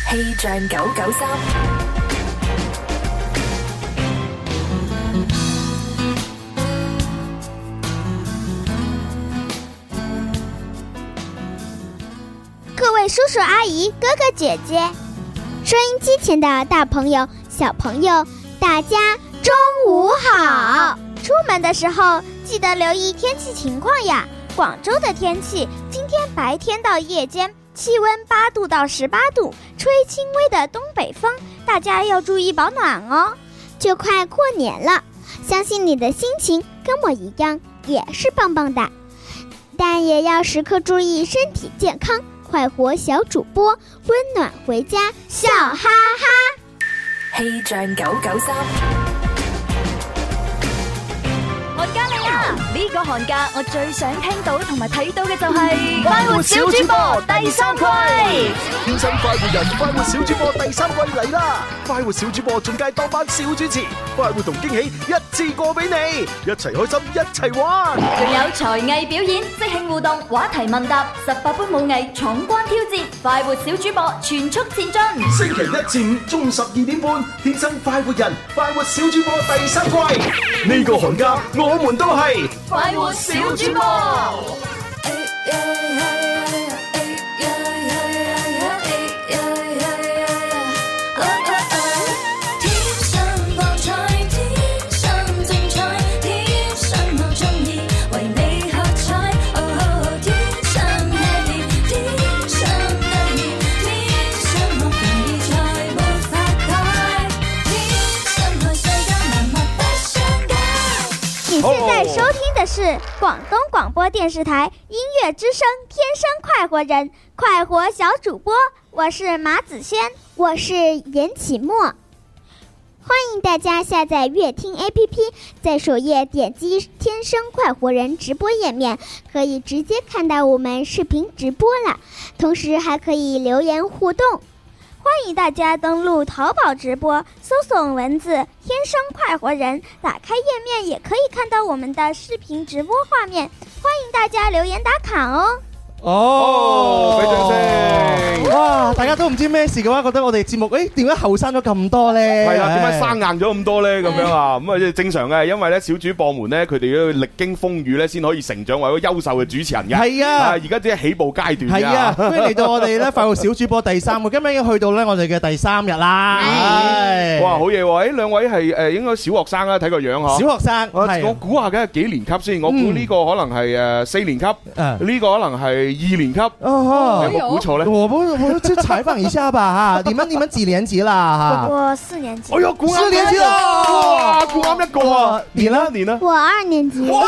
氣象993。 各位叔叔阿姨、哥哥姐姐，收音机前的大朋友、小朋友，大家中午好！出门的时候记得留意天气情况呀。广州的天气，今天白天到夜间气温8度到18度，吹轻微的东北风，大家要注意保暖哦。就快过年了，相信你的心情跟我一样，也是棒棒的，但也要时刻注意身体健康。快活小主播，温暖回家，笑哈哈。 氣象993。 寒假嚟啦！呢個寒假我最想聽到同埋睇到嘅就係快活小主播第3季。 天生快活人，快活小主播第3季嚟啦！快活小主播進階當班小主持，快活同驚喜一次過俾你，一齊開心一齊玩。 仲有才藝表演、即興互動、話題問答、18般武藝闖關挑戰，快活小主播全速前進。 星期一至五中午12點半，天生快活人，快活小主播第3季。呢個寒假我們都係快活小主播。 现在收听的是广东广播电视台音乐之声天生快活人，快活小主播，我是马子轩，我是严启墨。欢迎大家下载乐听 APP， 在首页点击天生快活人直播页面，可以直接看到我们视频直播了，同时还可以留言互动。欢迎大家登录淘宝直播，搜索文字天生快活人，打开页面也可以看到我们的視頻直播畫面，歡迎大家留言打卡哦。 俾掌聲！哇，大家都唔知咩事嘅話，覺得我哋節目點解後生咗咁多咧？ 係啦，點解生硬咗咁多咧？咁樣啊，咁啊正常嘅，因為咧小主播們咧，佢哋要歷經風雨咧，先可以成長為一個優秀嘅主持人嘅。係啊，而家只係起步階段。係啊， 歡迎嚟到我哋咧快活小主播第3個，今日已經去到咧我哋嘅第3日啦。係， 哇，好嘢喎！兩位係應該小學生啦，睇個樣嗬。 小學生， 我估下嘅幾年級先？我估呢個可能係4年級，呢個可能係2年級，有冇估錯咧？ 我就採訪一下吧嚇，你們幾年級啦嚇？ 我4年級。 哎呦，估啱 4年級啦！ 哇，估啱一個啊！你呢？ 我2年級。 哇！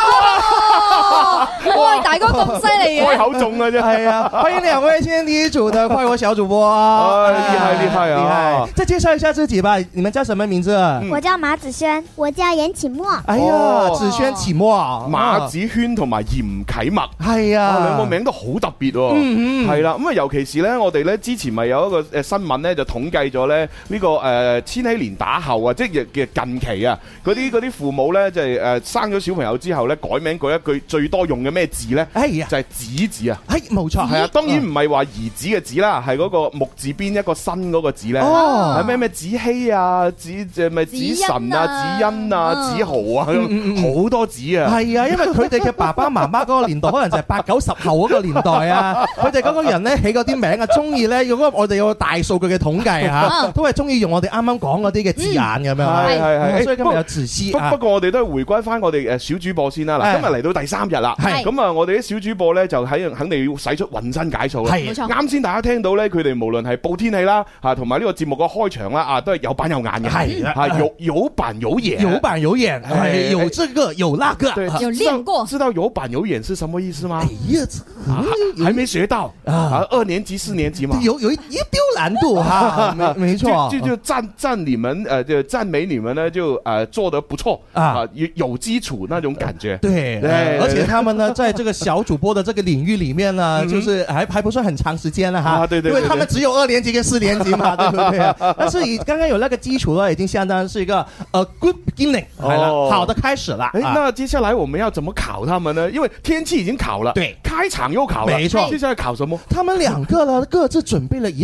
大哥咁犀利嘅， 開口中啊真係啊！歡迎2位今天第一組的快活小主播， 厲害啊！ 再介紹一下自己吧，你們叫什麼名字？ 我叫馬子軒，我叫嚴啟墨。 哎呀，子軒啟墨， 馬子軒同埋嚴啟墨， 係啊， 兩個名都好特別喎。係啦，咁啊，尤其是咧，我哋咧之前咪有一個新聞咧，就統計咗咧呢個千禧年打後啊，即係嘅近期啊，嗰啲父母咧就係生咗小朋友之後咧改名嗰一句最多用嘅咩字咧？係啊，就係子字啊。係冇錯，係啊，當然唔係話兒子嘅子啦，係嗰個木字邊一個新嗰個字咧。哦，係咩子希啊，咪子神啊，子欣啊，子豪啊，好多子啊。係啊，因為佢哋嘅爸爸媽媽嗰個年代可能就係8、9、10後嗰個年代啊，佢哋嗰個人咧起嗰啲名啊，中意咧用嗰個我哋有個大數據嘅統計嚇，都係中意用我哋啱啱講嗰啲嘅字眼咁樣。係，所以今日有自私。不過我哋都係回歸翻我哋小主播先啦。嗱，今日嚟到第3日啦，咁啊，我哋啲小主播咧就肯定要使出渾身解數啦。係，冇錯。啱先大家聽到咧，佢哋無論係報天氣啦，同埋呢個節目嘅開場啦，都係有板有眼嘅。係啦，有板有眼，有板有眼，係有這個有那個，有練過。知道有板有眼是什麼意思嗎？哎呀，還沒學到啊！2年級、4年級嘛，有一丟難度哈，沒錯，就讚你們就讚美你們呢，就做得不錯啊，有基礎那種感覺。對，而且他們呢，在這個小主播的這個領域裡面呢，就是還不算很長時間了哈。對，因為他們只有2年級跟4年級嘛，對不對？但是以剛剛有那個基礎呢，已經相當是一個good beginning，好的開始了。那接下來我們要怎麼考他們呢？因為天氣已經考了，對，開場又考了，沒錯。接下來考什麼？他們2個呢，各自準備了一段彩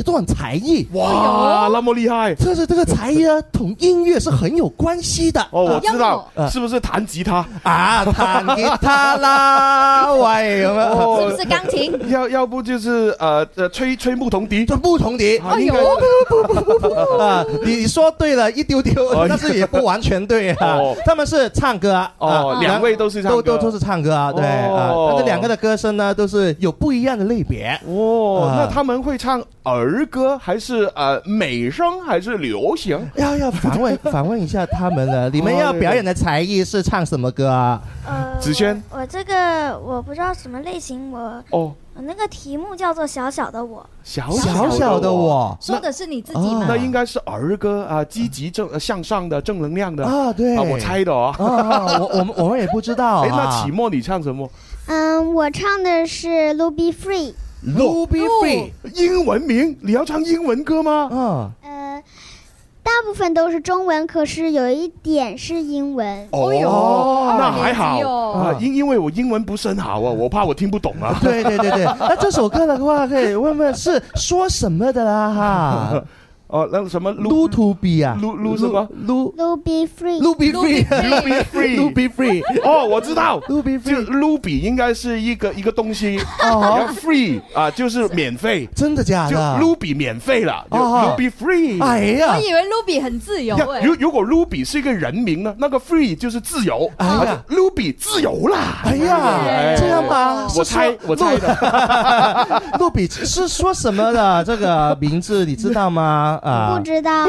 才艺。 哇，那么厉害！ 这个才艺呢，同音乐是很有关系的。 哦，我知道，是不是弹吉他啊？弹吉他啦，喂，有没有？ 是不是钢琴？ 要不就是吹牧童笛， 牧童笛。 哎呦， 啊，你说对了一丢丢，但是也不完全对啊。他们是唱歌啊， 两位都是唱歌， 都是唱歌啊，对啊。但是两个的歌声呢，都是有不一样的类别。 哦，那他们会唱儿歌还是美声还是流行？ 要反问一下他们了。你们要表演的才艺是唱什么歌啊？ 子轩， 我这个我不知道什么类型，我那个题目叫做小小的我。 小的我说的是你自己吗？ 那应该是儿歌啊，积极向上的正能量的啊。对啊， 我猜的哦。 我们也不知道。 那期末你唱什么？ 我唱的是 Ruby Free。Ruby Free， 英文名，你要唱英文歌吗？ 大部分都是中文，可是有一点是英文。 哦，那还好啊，因为我英文不是很好啊，我怕我听不懂啊。 对，那这首歌的话，可以问问是说什么的啦哈？ 那什么撸 to be 啊， 撸什么 ？Ruby Free。Ruby Free。 哦，我知道 ，Ruby Free。 撸比应该是一个东西，free 啊，就是免费。 真的假的？ 就撸比免费了，Ruby Free。 哎呀， 我以为 Ruby 很自由。 如果撸比是一个人名呢，那个 free 就是自由。哎呀，撸比自由啦。 哎呀，这样吧， 我猜的。 撸比是说什么的？这个名字你知道吗？ 不知道，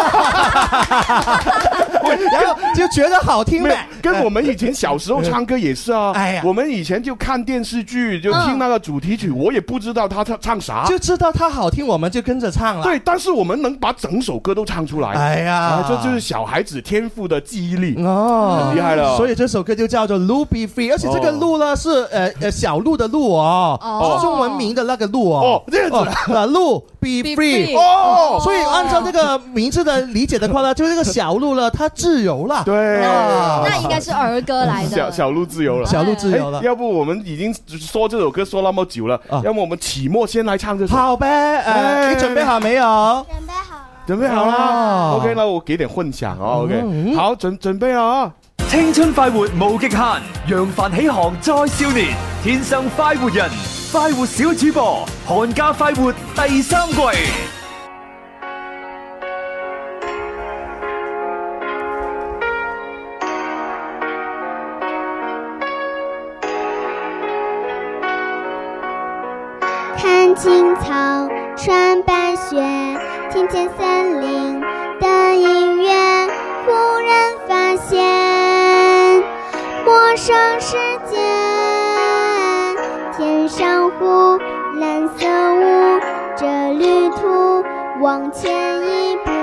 然后就觉得好听呗。 跟我们以前小时候唱歌也是啊。哎呀，我们以前就看电视剧，就听那个主题曲，我也不知道他唱啥， 就知道他好听，我们就跟着唱了。 对，但是我们能把整首歌都唱出来。哎呀，这就是小孩子天赋的记忆力哦，很厉害了。 所以这首歌就叫做 Ruby Free， 而且这个鹿呢是小鹿的鹿哦，是中文名的那个鹿哦。 这样子， 鹿 Be Free 哦，所以按照这个名字的理解的话呢，就是这个小鹿了，它自由了。 对， 那应该是儿歌来的。 小鹿自由了， 小鹿自由了。 要不我们已经说这首歌说那么久了，要么我们期末先来唱这首。 好呗，你准备好没有？ 准备好了。 准备好了。OK， 那我给点混响哦。OK， 好，准備啊！ 青春快活無極限，揚帆起航再少年，天生快活人，快活小主播，寒假快活第3季。 看青草，穿白雪，听见森林的音乐，忽然发现陌生世界，天上湖，蓝色雾，这旅途往前一步，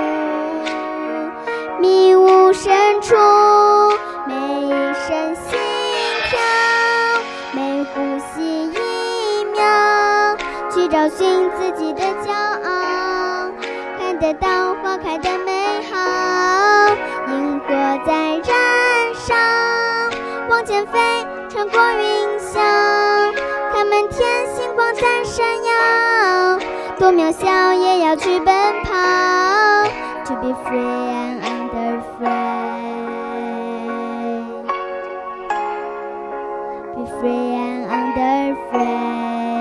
迷雾深处，每一声心跳，每呼吸一秒，去找寻自己的骄傲，看得到花开的美好，萤火在燃烧，往前飞，穿过云霄，看满天星光在闪耀，多渺小也要去奔跑 To be free and unafraid Be free and unafraid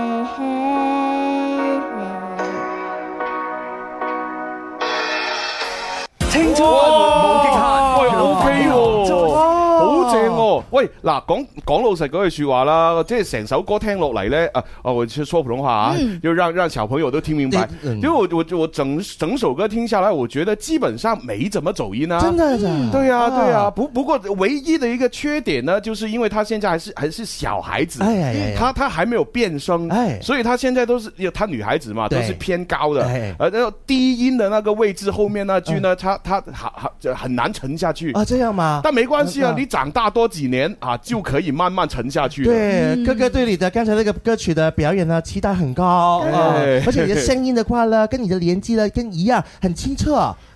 青春快活無極限， 喂 ，OK 喎，好正喎！喂，嗱，講老實嗰句說話啦，即係成首歌聽落嚟咧，我說普通話啊，就讓小朋友都聽明白。因為我整首歌聽下來，我覺得基本上沒怎麼走音啊。 真的？ 對啊，對啊。不過唯一的一個缺點呢，就是因為他現在還是小孩子，他還沒有變聲，所以他現在都是他女孩子嘛，都是偏高的，然後低音的那個位置後面那句呢，他很難沉下去啊，這樣嗎？ 但沒關係啊，你長大多幾年啊，就可以慢慢沉下去。 對，哥哥對你的剛才那個歌曲的表演呢，期待很高，而且你的聲音的話呢，跟你的年紀呢，跟一樣很清澈。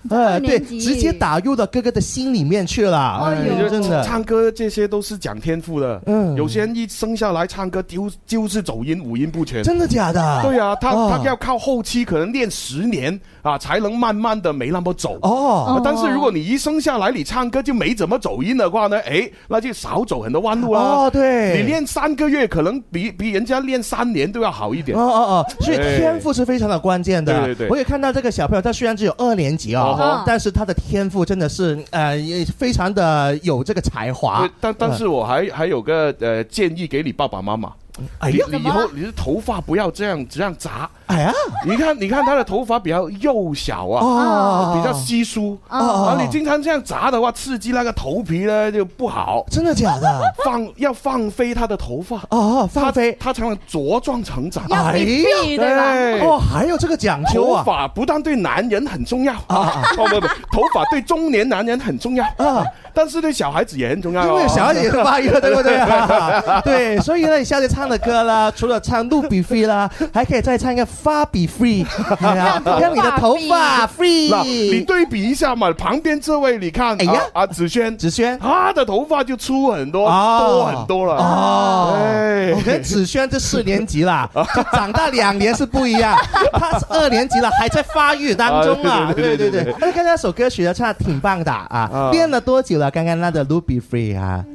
对，直接打入到哥哥的心里面去了。真的， 唱歌这些都是讲天赋的。有些人一生下来唱歌就是走音，五音不全。 真的假的？ 对啊，他要靠后期可能练10年啊，才能慢慢的没那么走。但是如果你一生下来你唱歌就没怎么走音的话呢，那就少走很多弯路啊。 对， 你练3个月，可能比人家练3年都要好一点。 所以天赋是非常的关键的。 对， 我也看到这个小朋友，他虽然只有2年级但是他的天赋真的是也非常的有这个才华。 但是我还有个建议给你爸爸妈妈。你以后你的头发不要这样扎。你看他的头发比较幼小啊，比较稀疏你经常这样扎的话，刺激那个头皮呢就不好。 真的假的？ 要放飞他的头发放飞他才能茁壮成长。 对吧？ 还有这个讲究啊！ 头发不但对男人很重要不，头发对中年男人很重要但是对小孩子也很重要因为小孩子也很发育了，对不对对，所以呢，你下次唱的歌啦，除了唱路比 free 啦，还可以再唱一个发比 free， 让你的头发 free。 你对比一下嘛，旁边这位你看，子轩，他的头发就粗很多，多很多了。 我跟子轩这4年级啦，就长大2年是不一样，他是2年级了，还在发育当中啊。对。那刚才那首歌曲呢，唱得挺棒的啊，练了多久了？刚刚那的 Ruby Free 啊，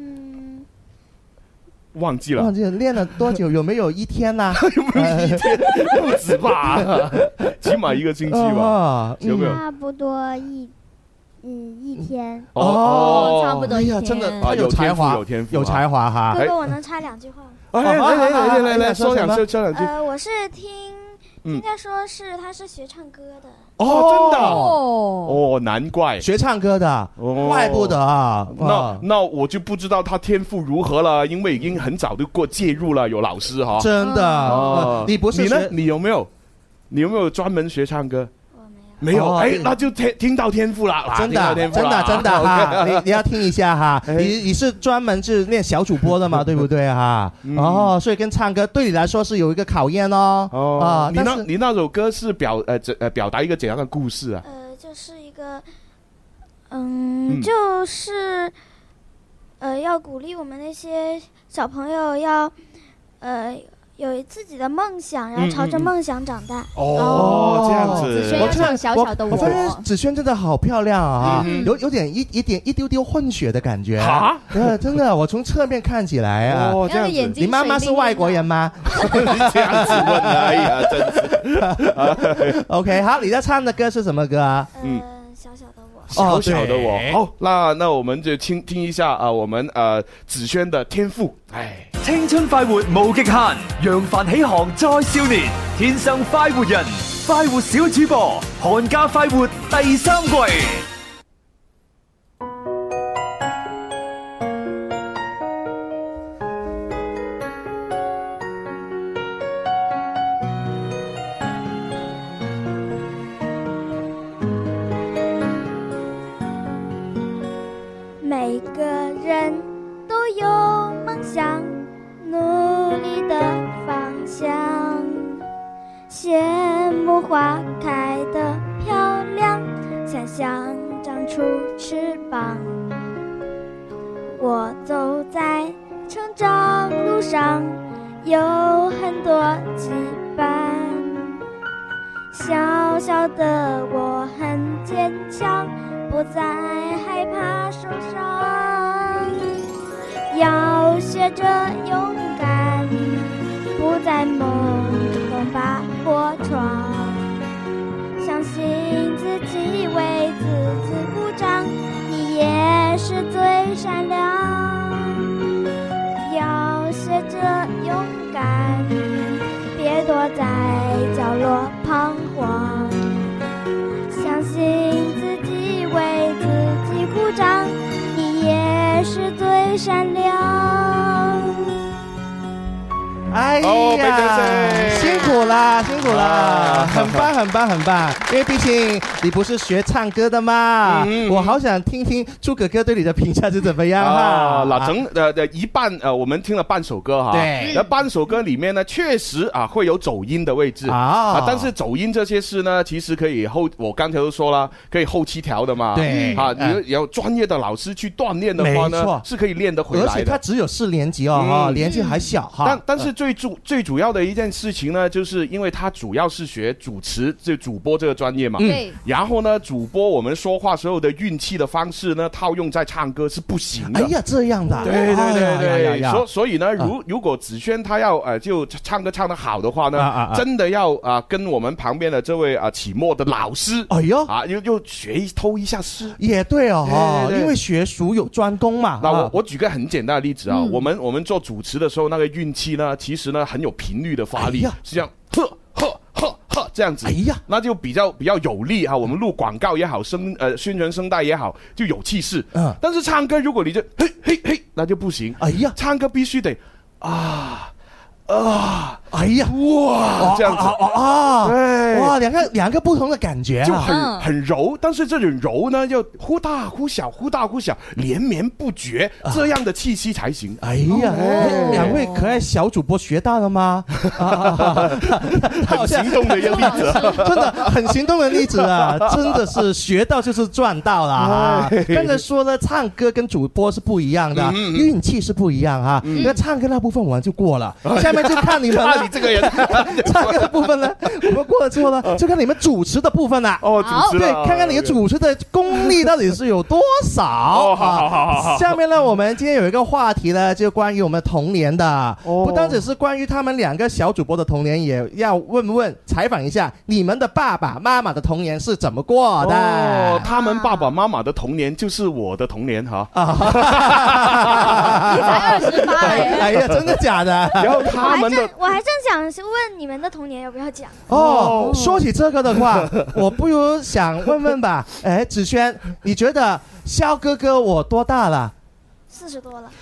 忘记了练了多久？有没有1天呢？ 有没有1天？不止吧，起码1个星期吧，有没有？ 差不多1天。 差不多1天。 真的，他有才华，有才华哈。 哥哥，我能插2句话吗？来说2句。 我是应该说是他是学唱歌的。 真的难怪学唱歌的，怪不得啊。 那我就不知道他天赋如何了，因为已经很早就介入了，有老师哈。 真的，你不是你呢？你有没有专门学唱歌？没有，那就听到天赋了， 真的哈，你要听一下哈，你是专门是练小主播的嘛，对不对哈？所以跟唱歌对你来说是有一个考验哦。 你那首歌是表达一个怎样的故事啊？ 就是一个，就是要鼓励我们那些小朋友要有自己的梦想，然后朝着梦想长大。 这样子。 子轩要唱小小的我发现子轩真的好漂亮啊，有点一丢丢混血的感觉啊。真的，我从侧面看起来啊。 这样子。 你妈妈是外国人吗？ 这样子问的，哎呀，真是。 OK， 好，你在唱的歌是什么歌啊？ 小小的我。 小小的我。好，那我们就聽一下我們子軒的天賦。 青春快活無極限，揚帆起航再少年，天生快活人，快活小主播，寒假快活第3季。 每个人都有梦想，努力的方向，羡慕花开的漂亮，想象长出翅膀。我走在成长路上，有很多羁绊，小小的我很坚强，不再害怕受伤，要学着勇敢，不在梦中把破闯，相信自己，为自己鼓掌，你也是最善良，要学着勇敢，别躲在角落彷徨，相信自己，为自己鼓掌，你也是最善良。 哎呀，辛苦啦，辛苦啦，很棒，很棒，很棒。因为毕竟你不是学唱歌的嘛，我好想听听朱哥哥对你的评价是怎么样哈。 嗱，一半我们听了半首歌哈， 对， 那半首歌里面呢，确实啊会有走音的位置啊，但是走音这些事呢，其实可以我刚才都说了，可以后期调的嘛。 对， 啊，你有专业的老师去锻炼的话呢，是可以练得回来的。 而且他只有4年级哦，年纪还小哈。 但是最主要的一件事情呢，就是因为他主要是学主持这主播这个专业嘛。 对。 然后呢，主播我们说话所有的运气的方式呢，套用在唱歌是不行的。 哎呀，这样的。 对，所以呢，如果子轩他要就唱歌唱得好的话呢，真的要跟我们旁边的这位启墨的老师， 哎呦又偷一下师。 也对哦，因为学术有专攻嘛。 那我举个很简单的例子啊，我们做主持的时候，那个运气呢，其实呢很有频率的发力，是这样，这样子，哎呀，那就比较有力哈。我们录广告也好，宣传声带也好，就有气势。但是唱歌如果你就嘿，那就不行。哎呀，唱歌必须得哎呀， 哇，这样子对，哇，两个不同的感觉， 就很柔，但是这种柔呢，要忽大忽小，忽大忽小，连绵不绝，这样的气息才行。 哎呀，两位可爱小主播学到了吗？ 很行动的一个例子， 真的很行动的例子啊，真的是学到就是赚到了啊！刚才说了，唱歌跟主播是不一样的，运气是不一样啊。那唱歌那部分我们就过了，下面就看你们了。 你这个人， 唱歌的部分呢，我们过了之后呢，就看你们主持的部分了。 哦，主持对，看看你的主持的功力到底是有多少。好。下面呢，我们今天有一个话题呢，就关于我们童年的，不单只是关于他们两个小主播的童年，也要问采访一下你们的爸爸妈妈的童年是怎么过的。 哦，他们爸爸妈妈的童年就是我的童年哈。 你才28 哎呀，真的假的？ 然后他们的， 我还正想问你们的童年要不要讲。 说起这个的话，我不如想问吧。哎，子轩，你觉得肖哥哥我多大了 ？40多了。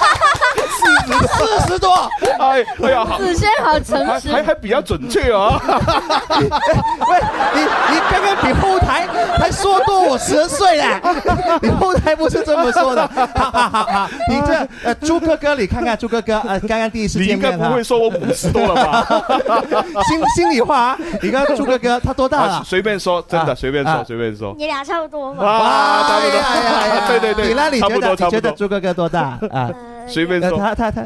40多， 哎呀， 子轩好诚实， 还比较准确啊。 喂，你刚刚比后台还说多我10岁嘞，你后台不是这么说的。好，你这朱哥哥，你看看朱哥哥，刚刚第一次见面， 你应该不会说我50多了吧？ 心里话啊，你看朱哥哥他多大了？ 随便说，真的随便说。 你俩差不多嘛？ 哇，差不多，对， 你那里差不多， 觉得朱哥哥多大啊？ 随便说。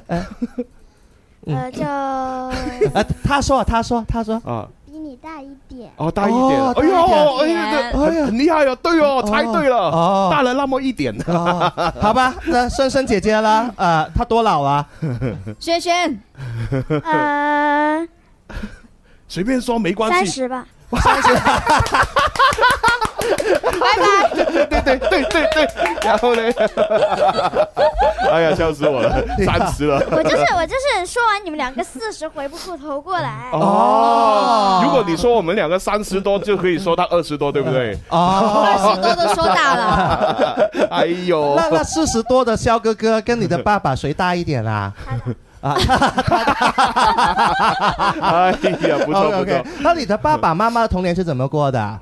他说啊， 比你大一点。 哦，大一点。哎呀，很厉害哦，对哦，猜对了，大了那么一点。 好吧，那深姐姐啦，她多老啊？ 轩， 随便说没关系。 30吧。 30。 拜拜。 对，然后呢？哎呀，笑死我了，30了。 我就是说完你们两个40，回不过头过来。 如果你说我们两个30多，就可以说他20多，对不对 ？20多都说大了。 哎呦， 那40多的肖哥哥跟你的爸爸谁大一点啊？ 哎呀，不错。 那你的爸爸妈妈的童年是怎么过的？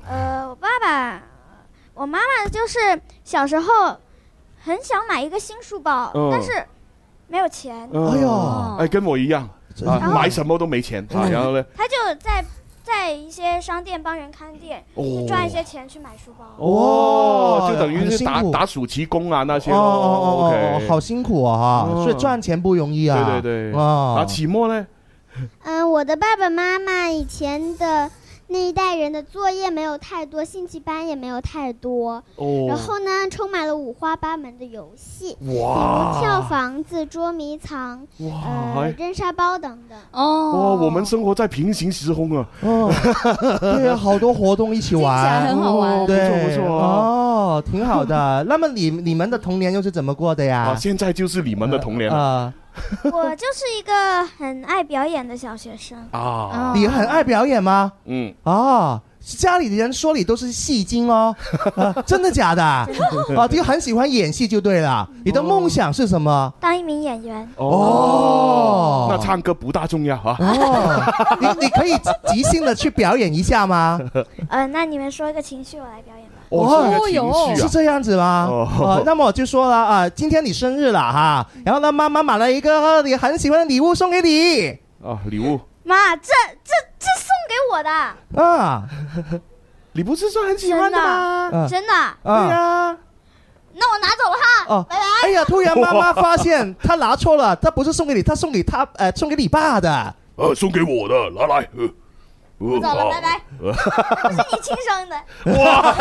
我妈妈就是小时候很想买一个新书包，但是没有钱。 哎呦， 跟我一样买什么都没钱啊。然后呢， 他就在一些商店帮人看店，就赚一些钱去买书包。就等于是打暑期工啊那些。 好辛苦啊，所以赚钱不容易啊。 对。期末呢？ 我的爸爸妈妈以前的那一代人的作业没有太多，兴趣班也没有太多。然后呢，充满了五花八门的游戏，比如跳房子、捉迷藏、扔沙包等等。 我们生活在平行时空啊！ 对啊，好多活动一起玩， 听起来很好玩。 对， 不错挺好的。那么你们的童年又是怎么过的呀？ 现在就是你们的童年了。 我就是一个很爱表演的小学生你很爱表演吗？ 家里的人说你都是戏精哦，真的假的？啊，就很喜欢演戏就对了。你的梦想是什么？ 当一名演员。 哦，那唱歌不大重要啊。 哦，你可以即兴的去表演一下吗？ 那你们说一个情绪，我来表演吧。 是这样子吗？那么我就说了啊，今天你生日了哈，然后呢，妈妈买了一个你很喜欢的礼物送给你。 礼物。 妈，这送给我的啊！ 你不是说很喜欢的吗？ 真的。 对呀。 那我拿走了哈。拜拜。 哎呀，突然妈妈发现她拿错了，她不是送给你，她送给你爸的。 送给我的，拿来。 我走了，拜拜。不是你亲生的。 哇，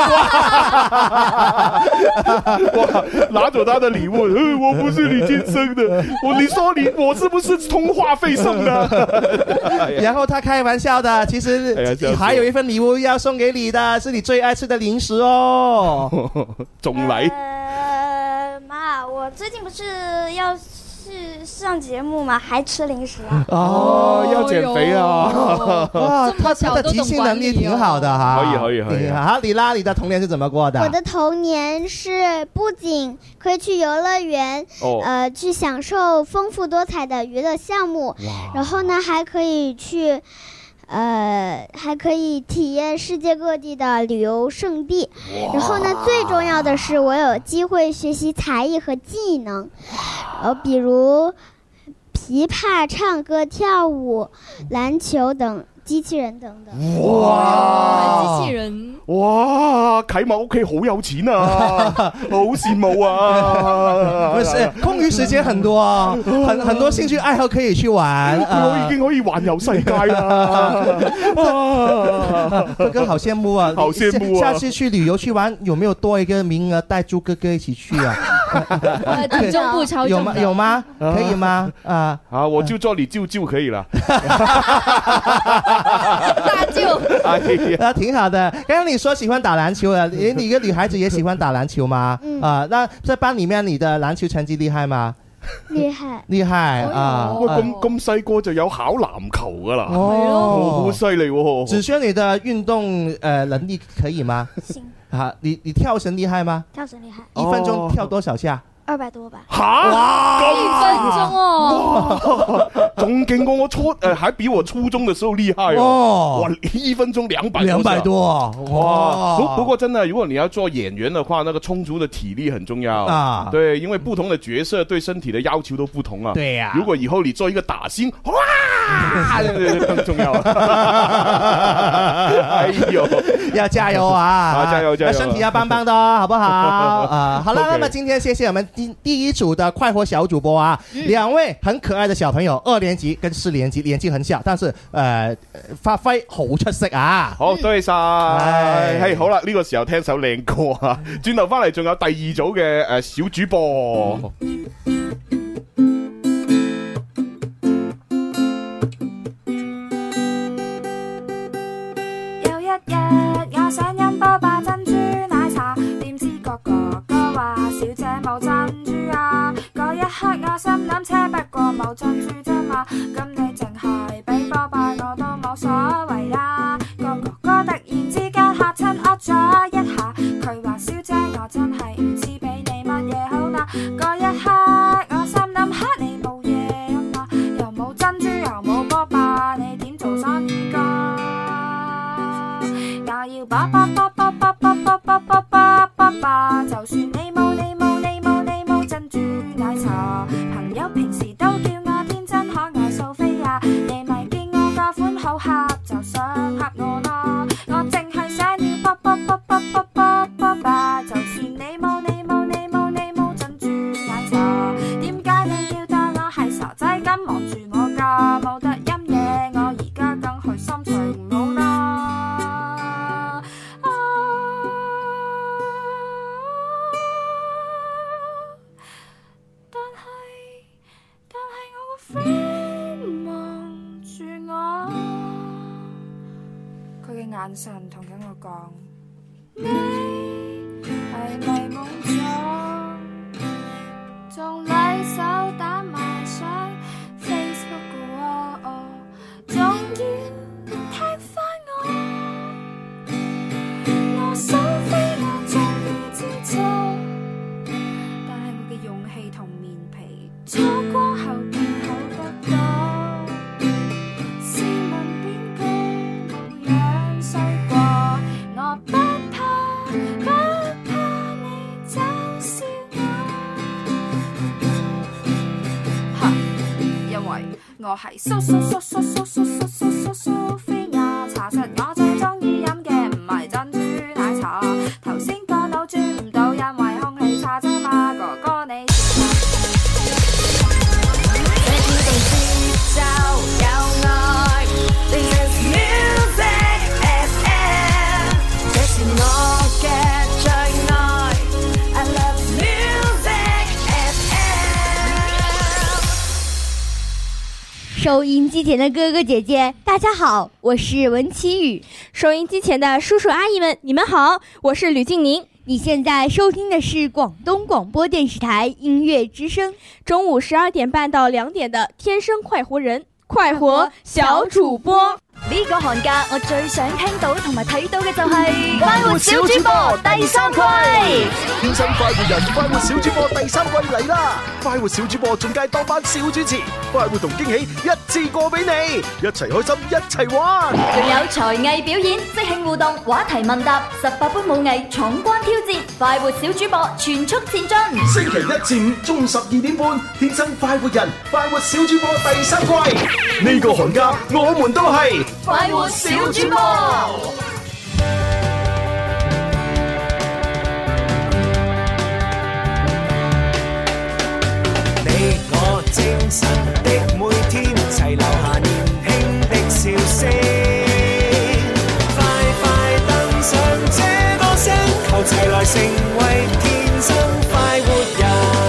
拿走他的礼物，我不是你亲生的。你说我是不是通话费送的？ 然后他开玩笑的，其实还有一份礼物要送给你的，是你最爱吃的零食哦。 总来。 妈，我最近不是要去上节目嘛，还吃零食啊？ 要减肥啊！ 哇，他的即兴能力挺好的哈。 可以。 好，你啦，你的童年是怎么过的？ 我的童年是不仅可以去游乐园，去享受丰富多彩的娱乐项目，然后呢还可以去。还可以体验世界各地的旅游胜地，然后呢，最重要的是我有机会学习才艺和技能，比如琵琶、唱歌、跳舞、篮球等。機器人等等。 哇！機器人。 哇！啟茂屋企好有錢啊，好羨慕啊！ 不是，空餘時間很多啊，很多興趣愛好可以去玩。 我已經可以環遊世界啦！ 哥哥好羨慕啊， 好羨慕啊！ 下次去旅遊去玩，有沒有多一個名額帶豬哥哥一起去啊？ 體重不超重有嗎？可以嗎？ 我就做你舅舅可以了。 大舅， 挺好的。刚剛你說喜歡打籃球啊，你一個女孩子也喜歡打籃球嗎？那在班裡面你的籃球成績厲害嗎？厲害啊！ 咁細個就有考籃球噶啦，好犀利喎！ 子軒，你的運動能力可以嗎？ 行。 你跳繩厲害嗎？ 跳繩厲害。 1分鐘跳多少下 ？200多吧。 哇 ！1分鐘哦， 仲勁過我還比我初中的時候厲害哦！哇，1分鐘200 多， 哇！不過真的，如果你要做演員的話，那個充足的體力很重要啊。對，因為不同的角色對身體的要求都不同啊。 對呀。 如果以後你做一個打星，哇，更重要。哎呦， 要加油啊！ 加油！ 身體要棒棒的，好不好？好了，那麼今天謝謝我們第一組的快活小主播啊，2位很可愛的小朋友，2年級跟4年級，年紀很小，但是發揮好出色啊！ 好，多謝晒。係好啦，呢個時候聽首靚歌啊，轉頭翻嚟仲有第2組嘅小主播。 有一日我想飲波霸珍珠奶茶，點知個哥哥話小姐冇珍珠啊！嗰一刻我心諗車不過冇珍珠啫嘛，咁你淨係俾波霸我都冇所謂啦。個哥哥突然之間嚇親噏咗一下，佢話小姐我真係唔知俾你乜嘢好啦。嗰一刻我心諗嚇你冇嘢啊嘛，又冇珍珠又冇波霸，你點做生意㗎？我要波波波波波波波波波波波波，就算你冇珍珠奶茶，朋友平時都叫我天真可愛蘇菲亞，你咪見我個款好恰，就想恰我啦。我淨係想要波波波波波波波波，就算你冇珍珠奶茶，點解你要當我係傻仔咁望住我㗎？冇得飲嘢，我而家梗係心情唔好啦。friend 望住我，佢嘅眼神同緊我講，你係咪夢咗？仲禮手打埋上 Facebook 嘅喎，仲要踢返我。 我係蘇菲亞，查實我最鍾意飲嘅唔係珍珠奶茶。頭先個腦轉唔到，因為空氣差啫嘛，哥哥你知嗎？這跳動節奏有愛 ，This is music FM， 這是我嘅最愛 ，I love music FM。 收音机前的哥哥姐姐，大家好，我是文奇宇。 收音机前的叔叔阿姨们，你们好，我是吕静宁。 你现在收听的是广东广播電視台音樂之聲， 中午12點半到2點的天生快活人，快活小主播。 呢個寒假我最想聽到同埋睇到嘅就係快活小主播第3季。 天生快活人，快活小主播第3季嚟啦！快活小主播仲介當班小主持，快活同驚喜一次過俾你，一齊開心一齊玩。 仲有才藝表演、即興互動、話題問答、18般武藝闖關挑戰，快活小主播全速前進。 星期1至5中午12點半，天生快活人，快活小主播第3季。呢個寒假我們都係快活小主播。 你我精神的每天，齊留下年輕的笑聲。快快登上這個星球，齊來成為天生快活人。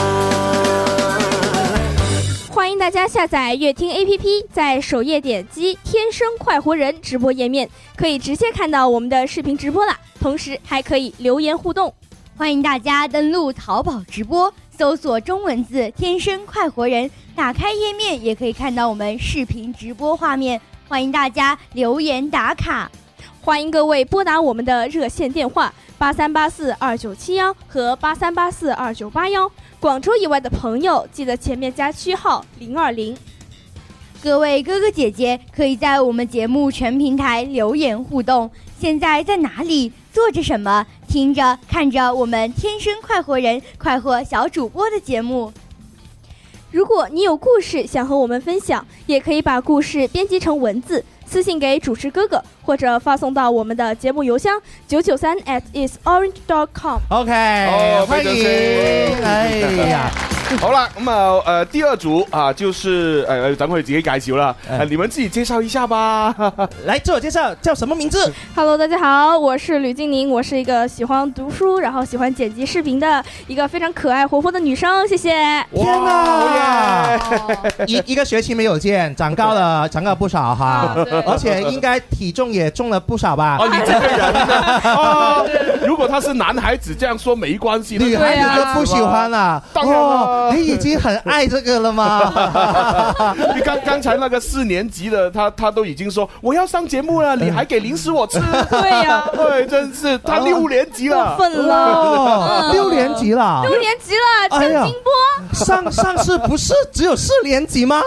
歡迎大家下載樂聽 APP， 在首頁點擊天生快活人直播頁面，可以直接看到我們的視頻直播啦，同時還可以留言互動。 歡迎大家登錄淘寶直播，搜索中文字天生快活人，打開頁面也可以看到我們視頻直播畫面，歡迎大家留言打卡。 歡迎各位撥打我們的熱線電話83842971和83842981，廣州以外的朋友記得前面加區號020。 各位哥哥姐姐可以在我們節目全平台留言互動，現在在哪裡，做着什麼，聽着看着我們天生快活人快活小主播的節目。 如果你有故事想和我們分享，也可以把故事編輯成文字私信給主持哥哥，或者發送到我們的節目郵箱993@isorange.com。OK， 歡迎。哎呀， 好啦，咁啊，第二組啊，就是等佢自己介紹啦，你們自己介紹一下吧。 來自我介紹，叫什麼名字 ？Hello， 大家好，我是呂靜寧，我是一個喜歡讀書，然後喜歡剪輯視頻的一個非常可愛活潑的女生，謝謝。 天哪，一個學期沒有見，長高了不少哈，而且應該體重也重了不少吧？ 哦，你這個人啊，如果他是男孩子這樣說沒關係， 女孩子都不喜歡啦。 當然了。 你已經很愛這個了嗎？ 你剛才那個4年級的他都已經說我要上節目了，你還給零食我吃。 對呀， 對，真是他6年級了， 過分了 ，6年級了 ，6年級了，鄭金波。 上次不是只有4年級嗎？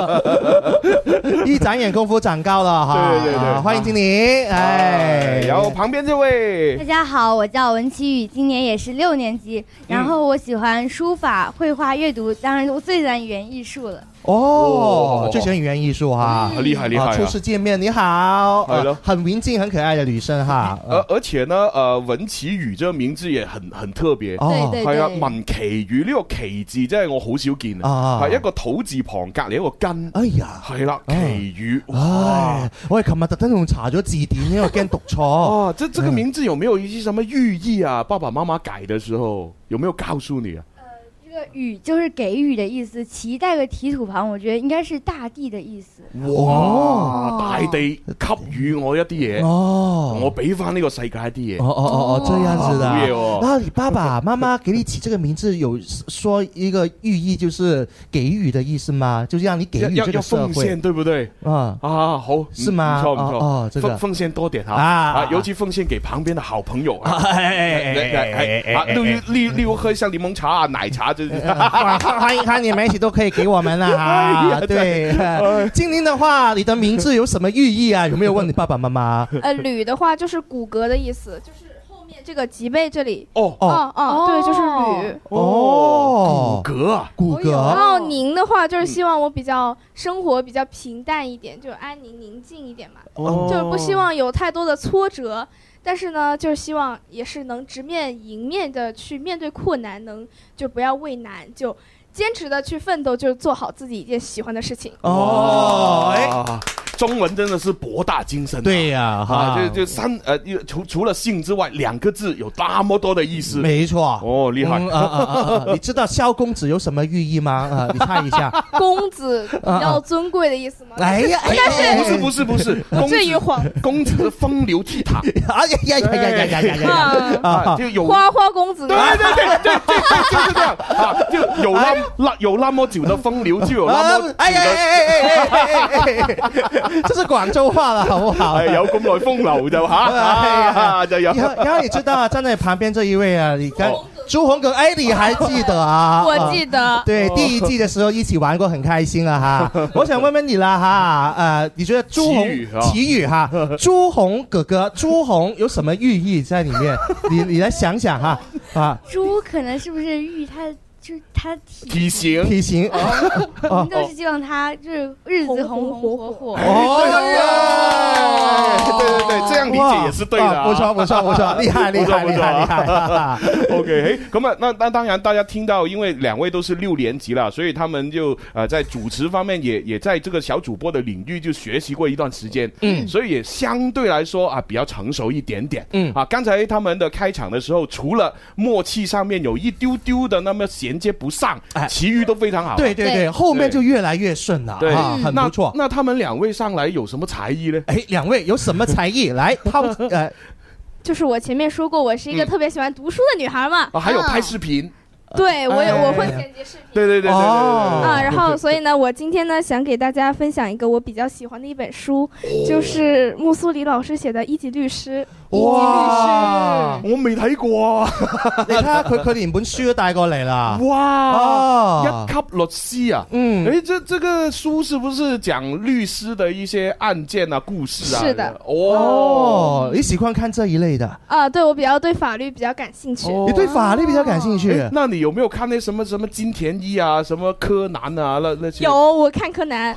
一眨眼功夫長高了哈。 對， 歡迎經理。哎， 然後旁邊這位， 大家好，我叫文奇宇，今年也是6年級，然後我喜歡書法、繪畫、閱讀，當然我最喜歡語言藝術了。 哦，最喜歡語言藝術哈， 厲害， 初次見面，你好，很文靜、很可愛的女生哈。 而且呢，文奇宇這個名字也很特別。 對， 係啊，文奇宇呢個奇字真係我好少見啊，係一個土字旁隔離一個根。哎呀，係啦，奇宇。 唉，我係琴日特登仲查咗字典，因為我驚讀錯。 哦，這個名字有沒有一些什麼寓意啊？爸爸媽媽改的時候有沒有告訴你啊？ 這個予就是給予的意思，其帶個提土旁，我覺得應該是大地的意思。 哇，大地給予我一啲嘢，我俾翻呢個世界一啲嘢。 哦，這樣子的。 好嘢哦。 然後你爸爸媽媽給你起這個名字，有說一個寓意，就是給予的意思嗎？就是讓你給予這個社會， 要奉獻，對不對？好， 是嗎？ 不錯。 哦，這個奉獻多點哈，尤其奉獻給旁邊的好朋友啊。例如喝像檸檬茶啊、奶茶這。 歡迎你們一起都可以給我們啦哈。對，精靈的話，你的名字有什麼寓意啊？有沒有問你爸爸媽媽？ 呂的話就是骨骼的意思，就是後面这个脊背这里。 哦， 对，就是铝。 哦， 骨骼啊， 骨骼。 然后您的话就是希望我比较生活比较平淡一点，就安宁宁静一点嘛，就是不希望有太多的挫折。但是呢，就是希望也是能直面迎面的去面对困难，能就不要畏难，就坚持的去奋斗，就做好自己一件喜欢的事情。 中文真的是博大精深。 对呀， 除了姓之外，2个字有那么多的意思。 没错。 哦，厉害。 你知道萧公子有什么寓意吗？你猜一下。 公子比较尊贵的意思吗？ 哎呀， 不是， 至于皇公子风流倜傥。 就有花花公子。 对，就是这样啊，就有那麼久的風流，就有那麼這是廣州話了，好不好？ 有咁耐風流就就有。 然後你知道啊，站在旁邊這一位啊，你看朱紅哥，你還記得啊？ 我記得。 對，第一季的時候一起玩過，很開心啊哈。我想問問你啦哈，你覺得朱紅奇遇哈，朱紅哥哥，朱紅有什麼寓意在裡面？你來想想哈啊。 朱可能是不是寓他？就是他體型， 我们都是希望他就是日子紅紅火火。 對，這樣理解也是對的。 不錯，厲害。 OK， 咁啊，那當然，大家聽到，因為2位都是6年級了，所以他們就在主持方面也在這個小主播的領域就學習過一段時間，所以也相對來說啊比較成熟一點點。剛才他們的開場的時候，除了默契上面有一丟丟的那麼銜接不上，其餘都非常好。 對，後面就越來越順了， 對， 很不錯。 那他們2位上來有什麼才藝呢 ？2位有什麼才藝？來， 就是我前面說過，我是一個特別喜歡讀書的女孩嘛。 還有拍視頻。 對，我會剪輯視頻。 對。 然後所以呢，我今天呢想給大家分享一個我比較喜歡的一本書，就是穆蘇里老師寫的《一級律師》。 哇！我未睇過啊！ 你睇下佢連本書都帶過嚟啦。 哇！一級律師啊！這個書是不是講律師的一些案件啊、故事啊？ 是的。 你喜歡看這一類的？ 對，我比較對法律比較感興趣。 你對法律比較感興趣？ 那你有沒有看那什麼金田一啊、什麼柯南啊那些？ 有，我看柯南。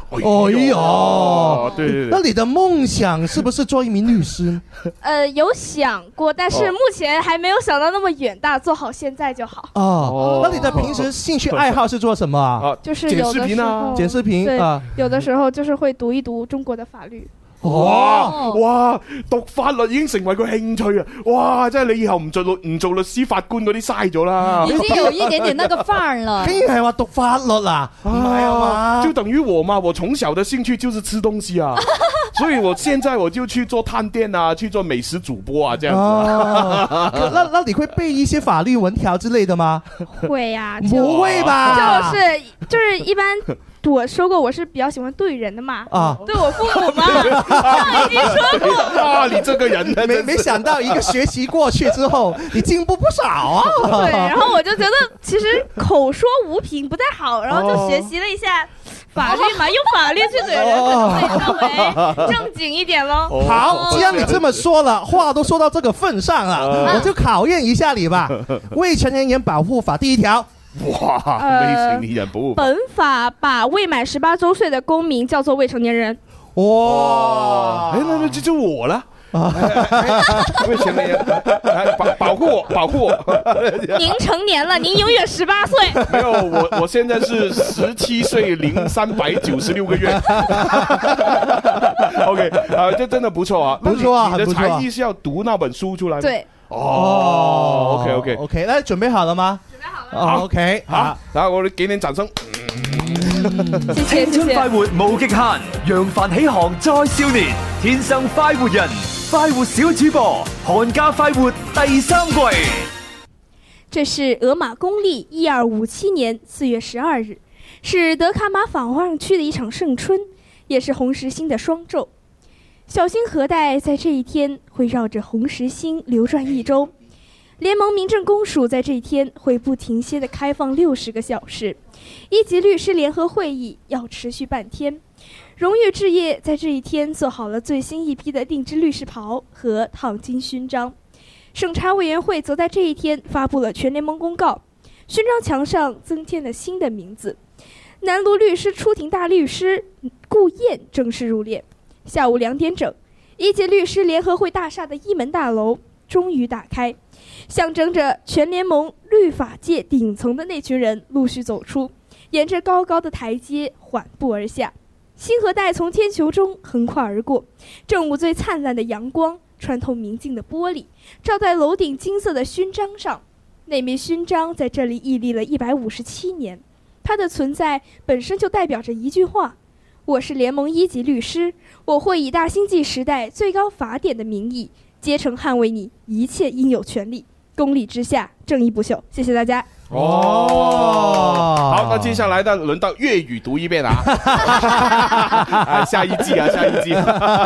對。 那你的夢想是不是做一名律師？ 有想過，但是目前還沒有想到那麼遠大，做好現在就好。 那你的平時興趣愛好是做什麼啊？ 就是有的時候剪視頻啊， 有的時候就是會讀一讀中國的法律。 哇！讀法律已經成為個興趣啊！哇！真係你以後唔做律師、法官嗰啲嘥咗啦。 已經有一點點那個範兒了。 竟然係話讀法律啊？唔係啊嘛？ 就等於我嘛，我從小的興趣就是吃東西啊，所以我現在我就去做探店啊，去做美食主播啊，這樣子。 那你會背一些法律文條之類的嗎？ 會呀。 不會吧？ 就是一般。我說過我是比較喜歡對人的嘛，對我父母嘛，已經說過。 啊，你這個人沒想到一個學習過去之後，你進步不少啊。 對，然後我就覺得其實口說無憑不太好，然後就學習了一下法律嘛，用法律去對人可能會稍微正經一點咯。 好，既然你這麼說了，話都說到這個份上了，我就考驗一下你吧。未成年人保護法第1條。 哇！未成年人保護。 本法把未滿18周歲的公民叫做未成年人。 哇！ 那這就我了。未成年人，保護我。 您成年了，您永遠18歲。 沒有，我現在是17歲零396個月。OK， 這真的不錯啊， 不錯啊， 你的才藝是要讀那本書出來嗎？ 對。 OK， 那準備好了嗎？OK， 好， 等下我哋給點掌聲。 青春快活無極限，揚帆起航再少年，天生快活人，快活小主播，寒假快活第3季。 這是俄馬公曆1257年4月12日，是德卡馬訪旺區的一場盛春，也是紅石星的雙晝。小星河帶在這一天會繞着紅石星流轉1周。聯盟民政公署在這一天會不停歇地開放60個小時，1級律師聯合會議要持續半天。榮譽置業在這一天做好了最新一批的定制律師袍和燙金勳章。 审查委员会则在这一天发布了全联盟公告，勋章墙上增添了新的名字。南卢律师出庭大律师顾燕正式入殓。下午2点整，一级律师联合会大厦的一门大楼终于打开，象征着全联盟律法界顶层的那群人陆续走出，沿着高高的台阶缓步而下。星河带从天球中横跨而过，正午最灿烂的阳光穿透明净的玻璃，照在楼顶金色的勋章上。那枚勋章在这里屹立了157年，它的存在本身就代表着一句话：我是联盟1级律师，我会以大星际时代最高法典的名义，竭诚捍卫你一切应有权利，公理之下，正义不朽。谢谢大家。 好，那接下来呢，轮到粤语读一遍啊！下一季啊，下一季。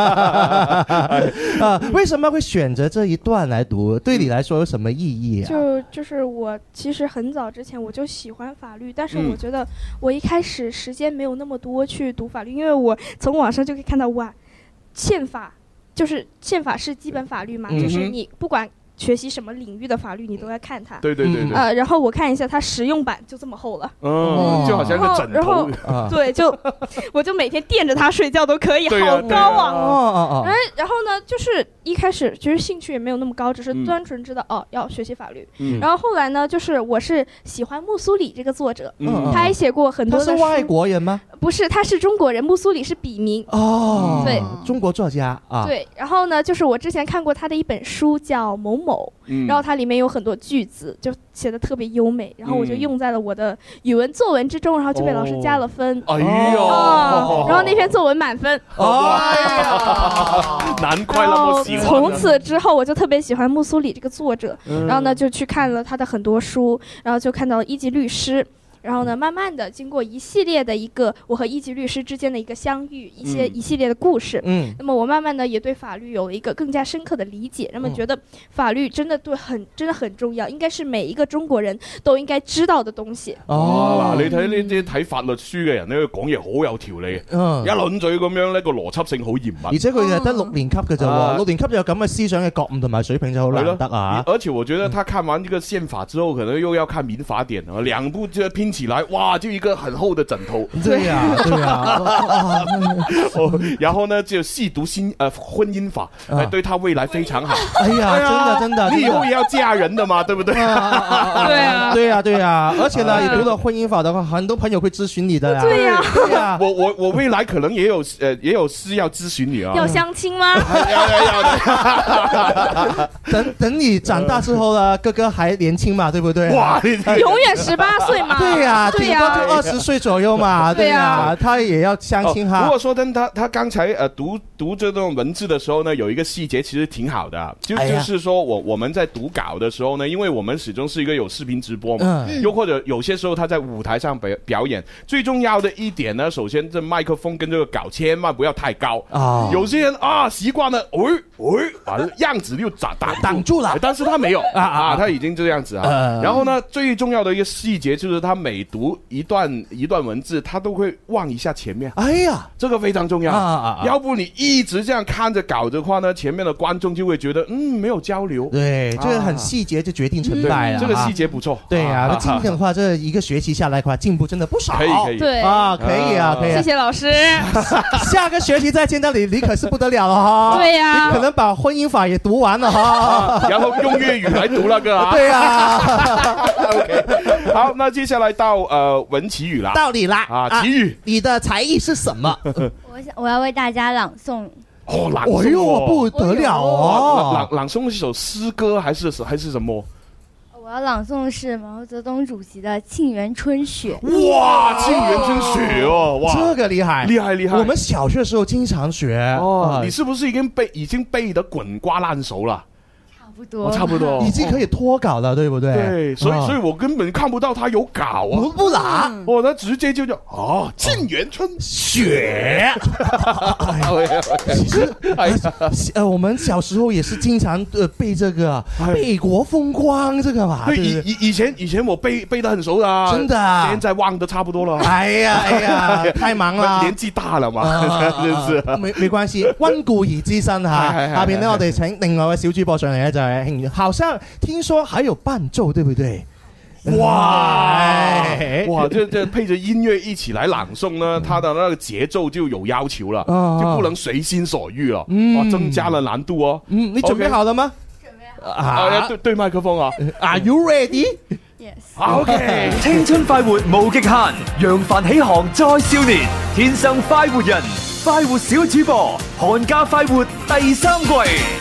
为什么会选择这一段来读？对你来说有什么意义啊？ 就是我其实很早之前我就喜欢法律，但是我觉得我一开始时间没有那么多去读法律，因为我从网上就可以看到宪法是基本法律嘛，就是你不管学习什么领域的法律，你都要看它。 对。 然后我看一下它实用版就这么厚了， 就好像个枕头。 然后对，我就每天垫着它睡觉都可以，好高啊！然后呢，就是一开始其实兴趣也没有那么高，只是单纯知道要学习法律。然后后来呢，就是我是喜欢穆苏里这个作者，他还写过很多的书。 他是外国人吗？ 不是，他是中国人，穆苏里是笔名。对， 中国作家啊。 对，然后呢，就是我之前看过他的一本书叫《某某》，然后它里面有很多句子，就写的特别优美，然后我就用在了我的语文作文之中，然后就被老师加了分。 哎呦， 然后那篇作文满分。 难怪那么喜欢。 从此之后，我就特别喜欢穆苏里这个作者，然后呢就去看了他的很多书，然后就看到1级律师。然后呢，慢慢的经过一系列的我和1级律师之间的一个相遇，一系列的故事，那么我慢慢的也对法律有了一个更加深刻的理解，那么觉得法律真的很重要，应该是每一個中國人都應該知道嘅東西。 嗱，你睇呢啲睇法律書嘅人咧，佢講嘢好有條理，一輪嘴咁樣咧，個邏輯性好嚴密。 而且佢係得6年級嘅啫喎，6年級就有咁嘅思想嘅覺悟同埋水平就好難得啊！ 而且我覺得他看完這個憲法之後，可能又要看民法典啊，2部就拼起來，哇，就一個很厚的枕頭。 對呀，對呀。 然後呢，就細讀婚姻法，對他未來非常好。 哎呀，真的， 你以後也要嫁人的嘛，對不對？ 對呀。而且呢，你讀了婚姻法的話，很多朋友會諮詢你的呀。 對呀。 我未來可能也有事要諮詢你啊。 要相親嗎？ 要。等你長大之後呢，哥哥還年輕嘛，對不對？ 哇， 永遠18歲嘛。 對呀，頂多就20歲左右嘛。對呀，他也要相親哈。 不過說真，他剛才讀這種文字的時候呢，有一個細節其實挺好的，就是說我們在讀稿的時候呢，因為我們始終是一個有視頻直播嘛，又或者有些時候他在舞台上表演，最重要的一點呢，首先這麥克風跟這個稿千萬不要太高啊。有些人習慣了，樣子就擋住了，但是他沒有他已經這樣子啊。然後呢，最重要的一個細節就是他每讀一段文字，他都會望一下前面。 哎呀， 這個非常重要要不你一直這樣看着稿的話呢，前面的觀眾就會覺得沒有交流。 對，這個很細節就決定成敗了。 這個細節不錯。 對啊，那今天的話，這一個學期下來的話，進步真的不少。 可以。 對啊，可以啊。 謝謝老師。 下個學期再見到你可是不得了了哈。 對呀。 你可能把婚姻法也讀完了哈。 然後用粵語來讀那個啊。 對啊。 OK， 好，那接下來到文綺語啦。 到你啦綺語， 你的才藝是什麼？ 我要為大家朗誦。 朗誦。 哎呦，不得了哦！ 朗誦一首詩歌還是什麼？ 我要朗誦的是毛澤東主席的《沁園春雪》。 哇，沁園春雪哦，哇， 這個厲害， 厲害！ 我們小學的時候經常學哦。你是不是已經背得滾瓜爛熟了？差不多， 已經可以脫稿了，對不對？ 對，所以我根本看不到他有稿啊， 不拿， 他直接就沁園春雪。 其實，我們小時候也是經常背這個北國風光這個嘛。 對，以前我背得很熟的， 真的， 現在忘得差不多了。 哎呀，太忙了， 年紀大了嘛，真是。 沒關係，溫故而知新吓。下邊呢，我哋請另外一位小主播上嚟咧就。 的，好像听说还有伴奏，对不对？ 哇，这配着音乐一起来朗诵呢，它的那个节奏就有要求了，就不能随心所欲了，增加了难度哦。 你准备好了吗？ 准备好。 要对麦克風啊 Are you ready? OK， 青春快活無極限，揚帆起航再少年，天生快活人，快活小主播，寒假快活第3季。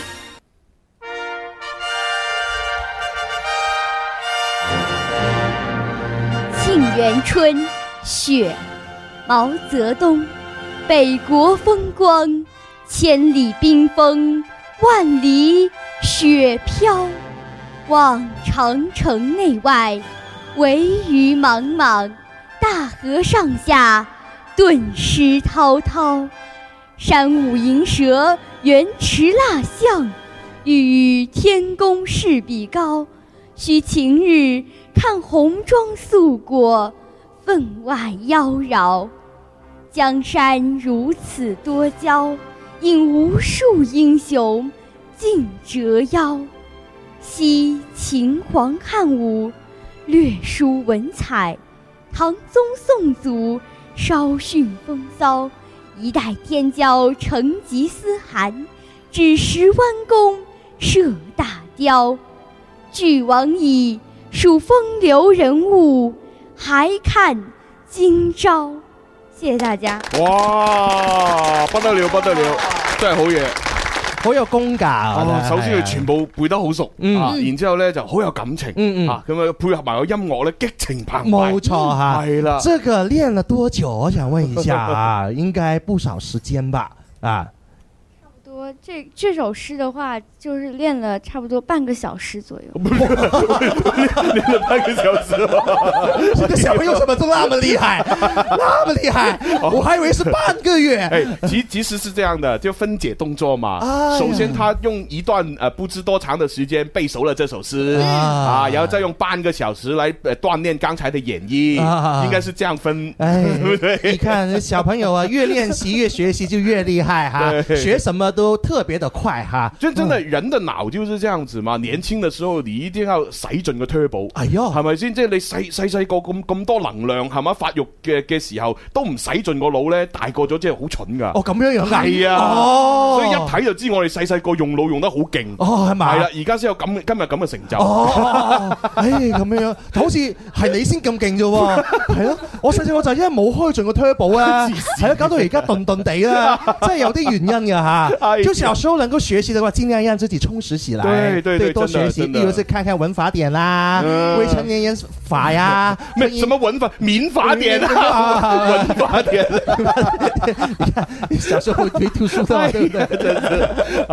沁园春，雪，毛泽东。北国风光，千里冰封，万里雪飘。望长城内外，惟余莽莽；大河上下，顿失滔滔。山舞银蛇，原驰蜡象，欲与天公试比高。须晴日看红装素裹，分外妖娆。江山如此多娇，引无数英雄竞折腰。惜秦皇汉武，略输文采；唐宗宋祖，稍逊风骚。一代天骄成吉思汗，只识弯弓射大雕。俱往矣，数风流人物，还看今朝。谢谢大家。 哇，不得了，不得了，真係好嘢。 好有功架首先佢全部背得好熟，然之後咧就好有感情，咁啊配合埋個音樂咧激情澎湃， 冇錯哈， 係啦。 這個練了多久？我想問一下啊，應該不少時間吧？啊。 这首诗的话，就是练了差不多半个小时左右。 练了半个小时， 这个小朋友怎么都那么厉害，那么厉害？我还以为是半个月。 其实是这样的，就分解动作嘛。首先他用一段不知多长的时间背熟了这首诗然后再用半个小时来锻炼刚才的演绎，应该是这样分，对不对？ 你看小朋友啊，越练习越学习就越厉害哈，学什么都特別的快哈， 真的人的腦就是這樣子嘛。年輕的時候你一定要使盡個 turbo，係咪先？即係你細個咁多能量係嘛？發育嘅時候都唔使盡個腦咧，大個咗真係好蠢噶。 咁樣樣係啊，所以一睇就知我哋細個用腦用得好勁。係咪？係啦，而家先有今日咁嘅成就。 咁樣好似係你先咁勁啫喎。係咯，我細個就因為冇開盡個 turbo 啊，係咯，搞到而家頓頓地啦，真係有啲原因噶吓。就小時候能夠學習的話，盡量讓自己充實起來，對，多學習，例如是看看文法典啦，未成年人法呀， 什麼文法、民法典啊，文法典。 你看小時候會讀書的嘛，對不對？ 真是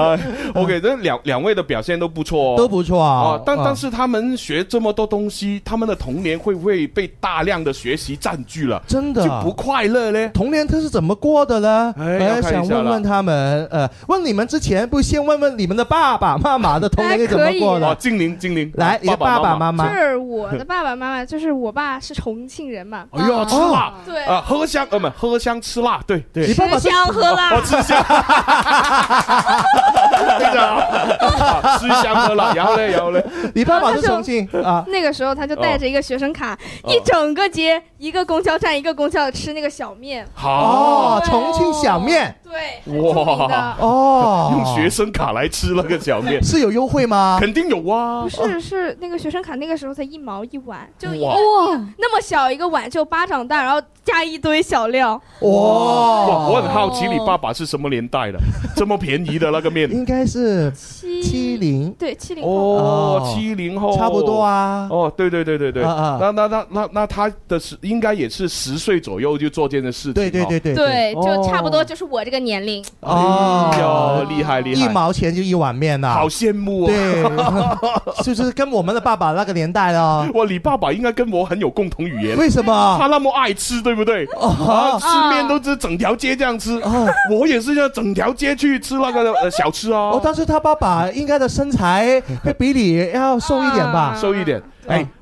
，OK，這兩位的表現都不錯， 都不錯啊。 但是他們學這麼多東西，他們的童年會不會被大量的學習佔據了？ 真的就不快樂呢？ 童年他是怎麼過的呢？想問問他們，問你們之前，不先問問你們的爸爸媽媽的童年是怎麼過的？ 精靈， 來，你的爸爸媽媽。 就是我的爸爸媽媽，就是我爸是重慶人嘛。 哎呦，吃辣， 對啊，喝香吃辣，對， 你爸爸吃香喝辣， 吃香，非常好，吃香喝辣，然後呢， 你爸爸是重慶啊？ 那個時候他就帶着一個學生卡，一整個街一個公交站一個公交吃那個小麵。 哦，重慶小麵。 對， 哇，用學生卡來吃那個小麵是有優惠嗎？ 肯定有啊。 不是，是那個學生卡那個時候才1毛1碗，就那麼小一個碗就巴掌大，然後加一堆小料。 哇，我很好奇你爸爸是什麼年代的，這麼便宜的那個麵？ 應該是70， 對，70 後，70後， 差不多啊。 哦，對，那他的應該也是10歲左右就做這件事情。 對，就差不多就是我這個年齡。 哦，厲害 ，1毛錢就1碗麵吶， 好羨慕啊！ 對，就是跟我們的爸爸那個年代咯。 哇，你爸爸應該跟我很有共同語言。 為什麼？ 他那麼愛吃，對不對？吃麵都是整條街這樣吃，我也是要整條街去吃那個小吃啊。 但是他爸爸應該的身材會比你要瘦一點吧？ 瘦一點，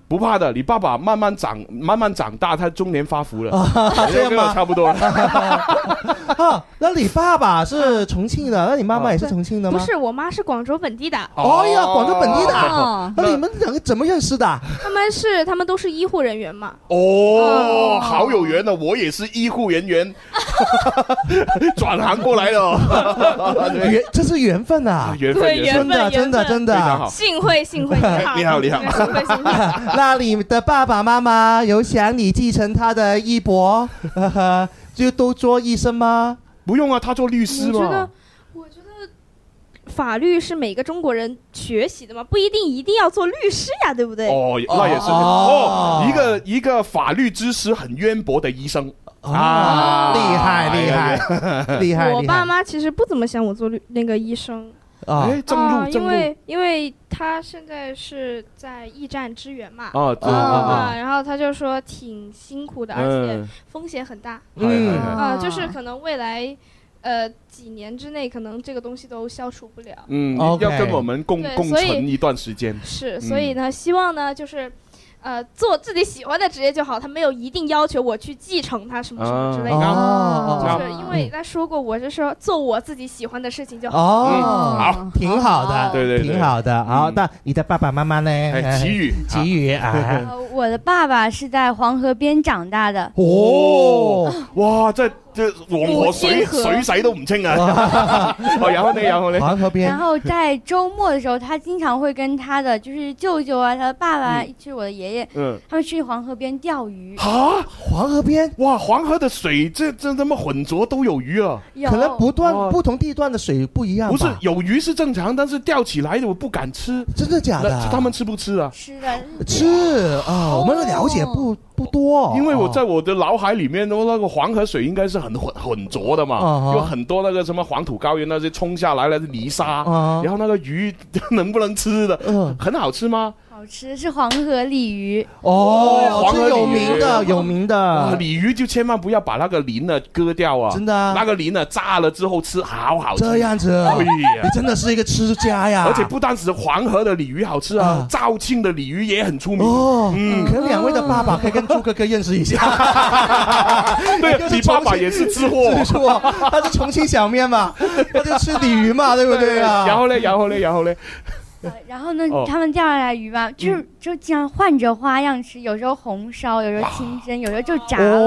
不怕的，你爸爸慢慢长大，他中年发福了， 这样吗？ 差不多了。 啊，那你爸爸是重庆的，那你妈妈也是重庆的吗？ 不是，我妈是广州本地的。 哦呀，广州本地的。那你们两个怎么认识的？ 他们都是医护人员嘛。 哦，好有缘呢，我也是医护人员，转行过来了。 这是缘分啊， 缘分， 真的， 非常好。 幸会， 你好。 那你的爸爸妈妈有想你继承他的衣钵，就都做医生吗？ 不用啊，他做律师嘛。 我觉得法律是每个中国人学习的嘛，不一定要做律师呀，对不对？ 哦，那也是一个法律知识很渊博的医生啊， 厉害。 我爸妈其实不怎么想我做那个医生。 正路， 因为他现在是在驿站支援嘛，然后他就说挺辛苦的，而且风险很大，就是可能未来几年之内，可能这个东西都消除不了， 要跟我们共存一段时间， 是，所以呢，希望呢，就是做自己喜欢的职业就好，他没有一定要求我去继承他什么什么之类的，就是因为他说过，我是说做我自己喜欢的事情就好。 好， 挺好的， 对， 挺好的。好，那你的爸爸妈妈呢？齐宇啊， 我的爸爸是在黄河边长大的。 哇，这黃河水洗都唔清啊！然後呢？ 黃河邊。 然後在周末的時候，他經常會跟他的就是舅舅啊，他的爸爸，就是我的爺爺，他們去黃河邊釣魚。 啊，黃河邊？哇，黃河的水這麼渾濁都有魚啊？ 可能不同地段的水不一樣吧。 不是，有魚是正常，但是釣起來的我不敢吃。 真的假的？ 他們吃不吃啊？ 吃的。 吃啊，我們的了解不多， 因為我在我的腦海裡面，那個黃河水應該是很渾濁的嘛，有很多那個什麼黃土高原那些沖下來的泥沙，然後那個魚能不能吃的？很好吃嗎？ 好吃，是黃河鯉魚黃河有名的鯉魚就千萬不要把那個鱗呢割掉啊！ 真的， 那個鱗呢炸了之後吃好好吃。 這樣子，你真的是一個吃家呀！ 而且不單是黃河的鯉魚好吃啊，肇慶的鯉魚也很出名。 可能兩位的爸爸可以跟朱哥哥認識一下。 對，你爸爸也是吃貨， 他是重慶小面嘛，他就吃鯉魚嘛，對不對啊？ 然後呢？ 然後呢，他們釣下來魚吧，就經常換着花樣吃，有時候紅燒，有時候清蒸，有時候就炸了。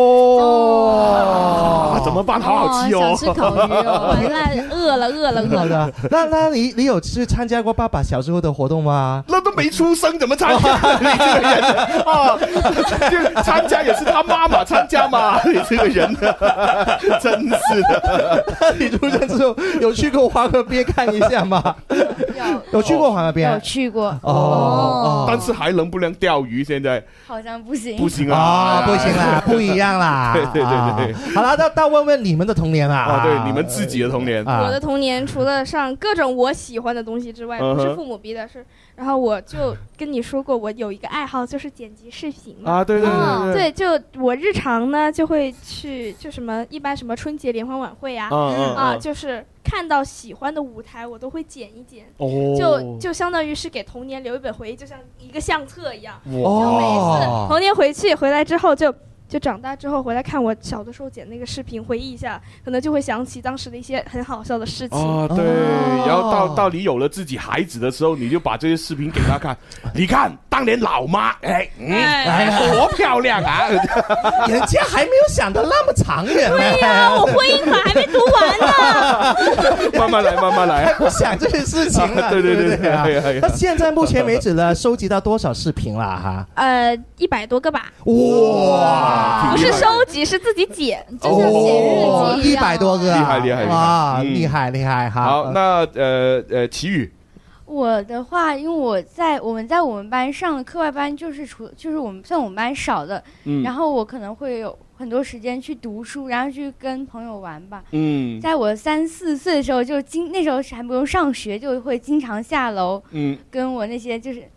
怎麼辦？好好吃哦！ 想吃烤魚哦，餓了。 那你有去參加過爸爸小時候的活動嗎？ 那都沒出生，怎麼參加？你這個人啊，就參加也是他媽媽參加嘛？你這個人真是的。 你出生之後有去過黃河邊看一下嗎？有去過黃河邊？ 有去過。 但是還能不能釣魚？現在好像不行。 不行啊！ 不行啦，不一樣啦。 對。 好啦，到問問你們的童年啦。 對，你們自己的童年。 我的童年除了上各種我喜歡的東西之外，不是父母逼的，是。然後我就跟你說過，我有一個愛好就是剪輯視頻嘛。對，就我日常呢就會去就一般什麼春節聯歡晚會啊，就是看到喜歡的舞台我都會剪一剪，就相當於是給童年留一本回憶，就像一個相冊一樣。就每一次童年回來之後就長大之後回來看我小的時候剪那個視頻，回憶一下，可能就會想起當時的一些很好笑的事情。 對，然後到你有了自己孩子的時候，你就把這些視頻給他看，你看當年老媽，多漂亮啊！ 人家還沒有想得那麼長遠。 對呀，我婚姻法還沒讀完呢。 慢慢來， 還不想這些事情啊。對。那現在目前為止呢，收集到多少視頻了哈 ？100多個吧。 哇， 不是收集，是自己剪，就像寫日記 100多個， 厲害哇，厲害。 好，那齊宇。 我的話，因為我們在我們班上的課外班就是我們算我們班少的，然後我可能會有很多時間去讀書，然後去跟朋友玩吧。在我3、4歲的時候，那時候還不用上學，就會經常下樓，跟我那些就是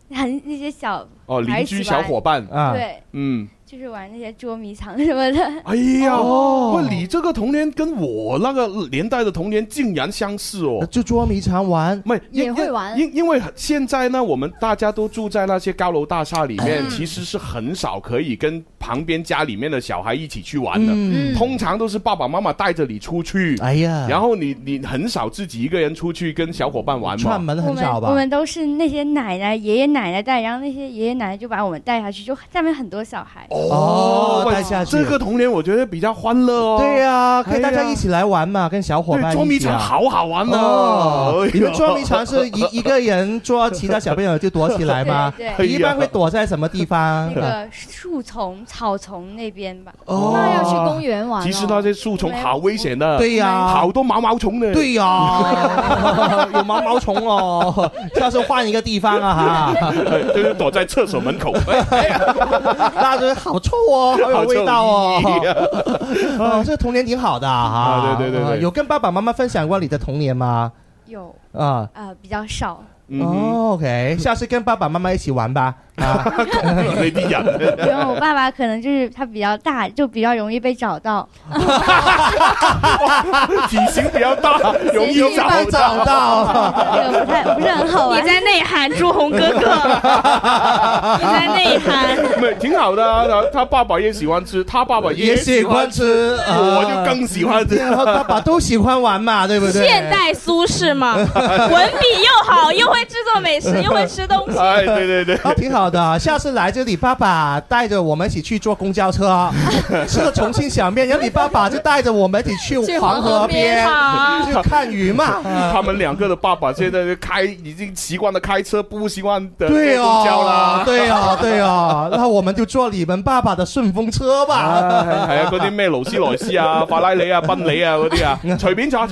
那些小邻居小伙伴啊， 对，就是玩那些捉迷藏什么的。 哎呀，喂，你这个童年跟我那个年代的童年竟然相似哦， 就捉迷藏玩， 也会玩。 因为现在呢，我们大家都住在那些高楼大厦里面，其实是很少可以跟旁边家里面的小孩一起去玩的，通常都是爸爸妈妈带着你出去， 哎呀， 然后你很少自己一个人出去跟小伙伴玩嘛， 串门很少吧？ 我们都是那些奶奶、爷爷奶奶带，然后那些爷爷奶奶就把我们带下去，就下面很多小孩。 带下去， 这个童年我觉得比较欢乐哦。 对呀，可以大家一起来玩嘛，跟小伙伴一起。 捉迷藏好好玩哦！ 你们捉迷藏是一个人捉，其他小朋友就躲起来吗？ 对， 一般会躲在什么地方？ 那个树丛、草丛那边吧。 那要去公园玩。 其实那些树丛好危险的。 对呀， 好多毛毛虫的。 对呀，有毛毛虫哦，下次换一个地方啊哈。 就是躲在厕所门口。 那就好臭哦，好有味道哦。这个童年挺好的哈。 对。 有跟爸爸妈妈分享过你的童年吗？ 有啊， 比较少。 OK， 下次跟爸爸妈妈一起玩吧。 那地人， 因为我爸爸可能就是他比较大，就比较容易被找到。 体型比较大，容易找到。 这个不是很好玩。 你在内涵朱红哥哥，你在内涵。 没，挺好的啊。他爸爸也喜欢吃，他爸爸也喜欢吃，我就更喜欢吃。 爸爸都喜欢玩嘛，对不对？ 现代苏轼嘛，文笔又好，又会制作美食，又会吃东西。 哎，对， 挺好的。下次来这里，爸爸带着我们一起去坐公交车，吃了重庆小面，然后你爸爸就带着我们一起去黄河边去看鱼嘛。 他们两个的爸爸现在已经习惯了开车，不习惯的坐公交啦。 对哦，那我们就坐你们爸爸的顺风车吧。 係啊，嗰啲咩勞斯萊斯啊、法拉利啊、賓利啊嗰啲啊，隨便坐。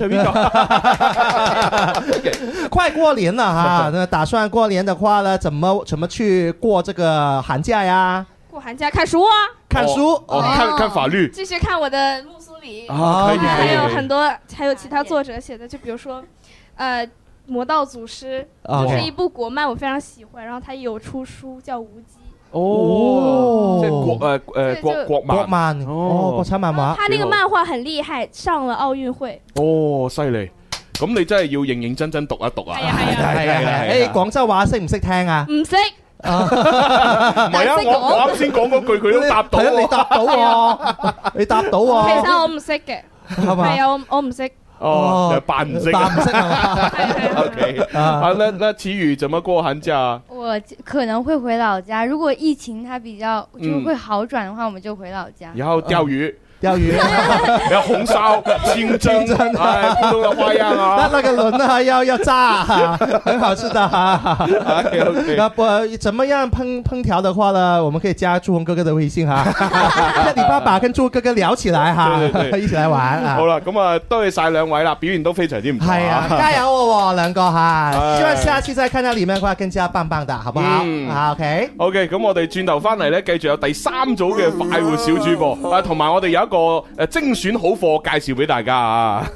快過年了哈，那打算過年的話呢，怎麼去過這個寒假呀？ 過寒假看書啊， 看書看法律， 繼續看我的穆蘇里啊，可以， 還有很多，還有其他作者寫的，就比如說，魔道祖師就是一部國漫，我非常喜歡，然後他有出書叫《無極》。 即係國漫國產漫畫。 他那個漫畫很厲害，上了奧運會。 犀利！咁你真係要認認真真讀一讀啊！ 係。廣州話識唔識聽啊？ 唔識。 唔係啊！我啱先講嗰句佢都答到。 你答到喎，你答到喎。 其實我唔識嘅，係啊，我唔識。 扮唔識係嘛 ？OK， 那奇宇怎麼過寒假？ 我可能會回老家，如果疫情它比較就會好轉的話，我們就回老家。 然後釣魚。 然後紅燒、清蒸， 哎，不同的花樣啊！ 那個輪啊，要炸，很好吃的哈。那怎麼樣烹調的話呢？我們可以加朱紅哥哥的微信哈，讓你爸爸跟朱哥哥聊起來哈，一起來玩啊！ 好啦，咁啊，多謝晒兩位啦，表現都非常之唔錯。 係啊，加油喎，兩個哈！希望下次再看到裡面嘅話更加棒棒的，好不好？OK，咁我哋轉頭翻嚟咧，繼續有第三組嘅快活小主播，同埋我哋有一個精選好貨介紹俾大家啊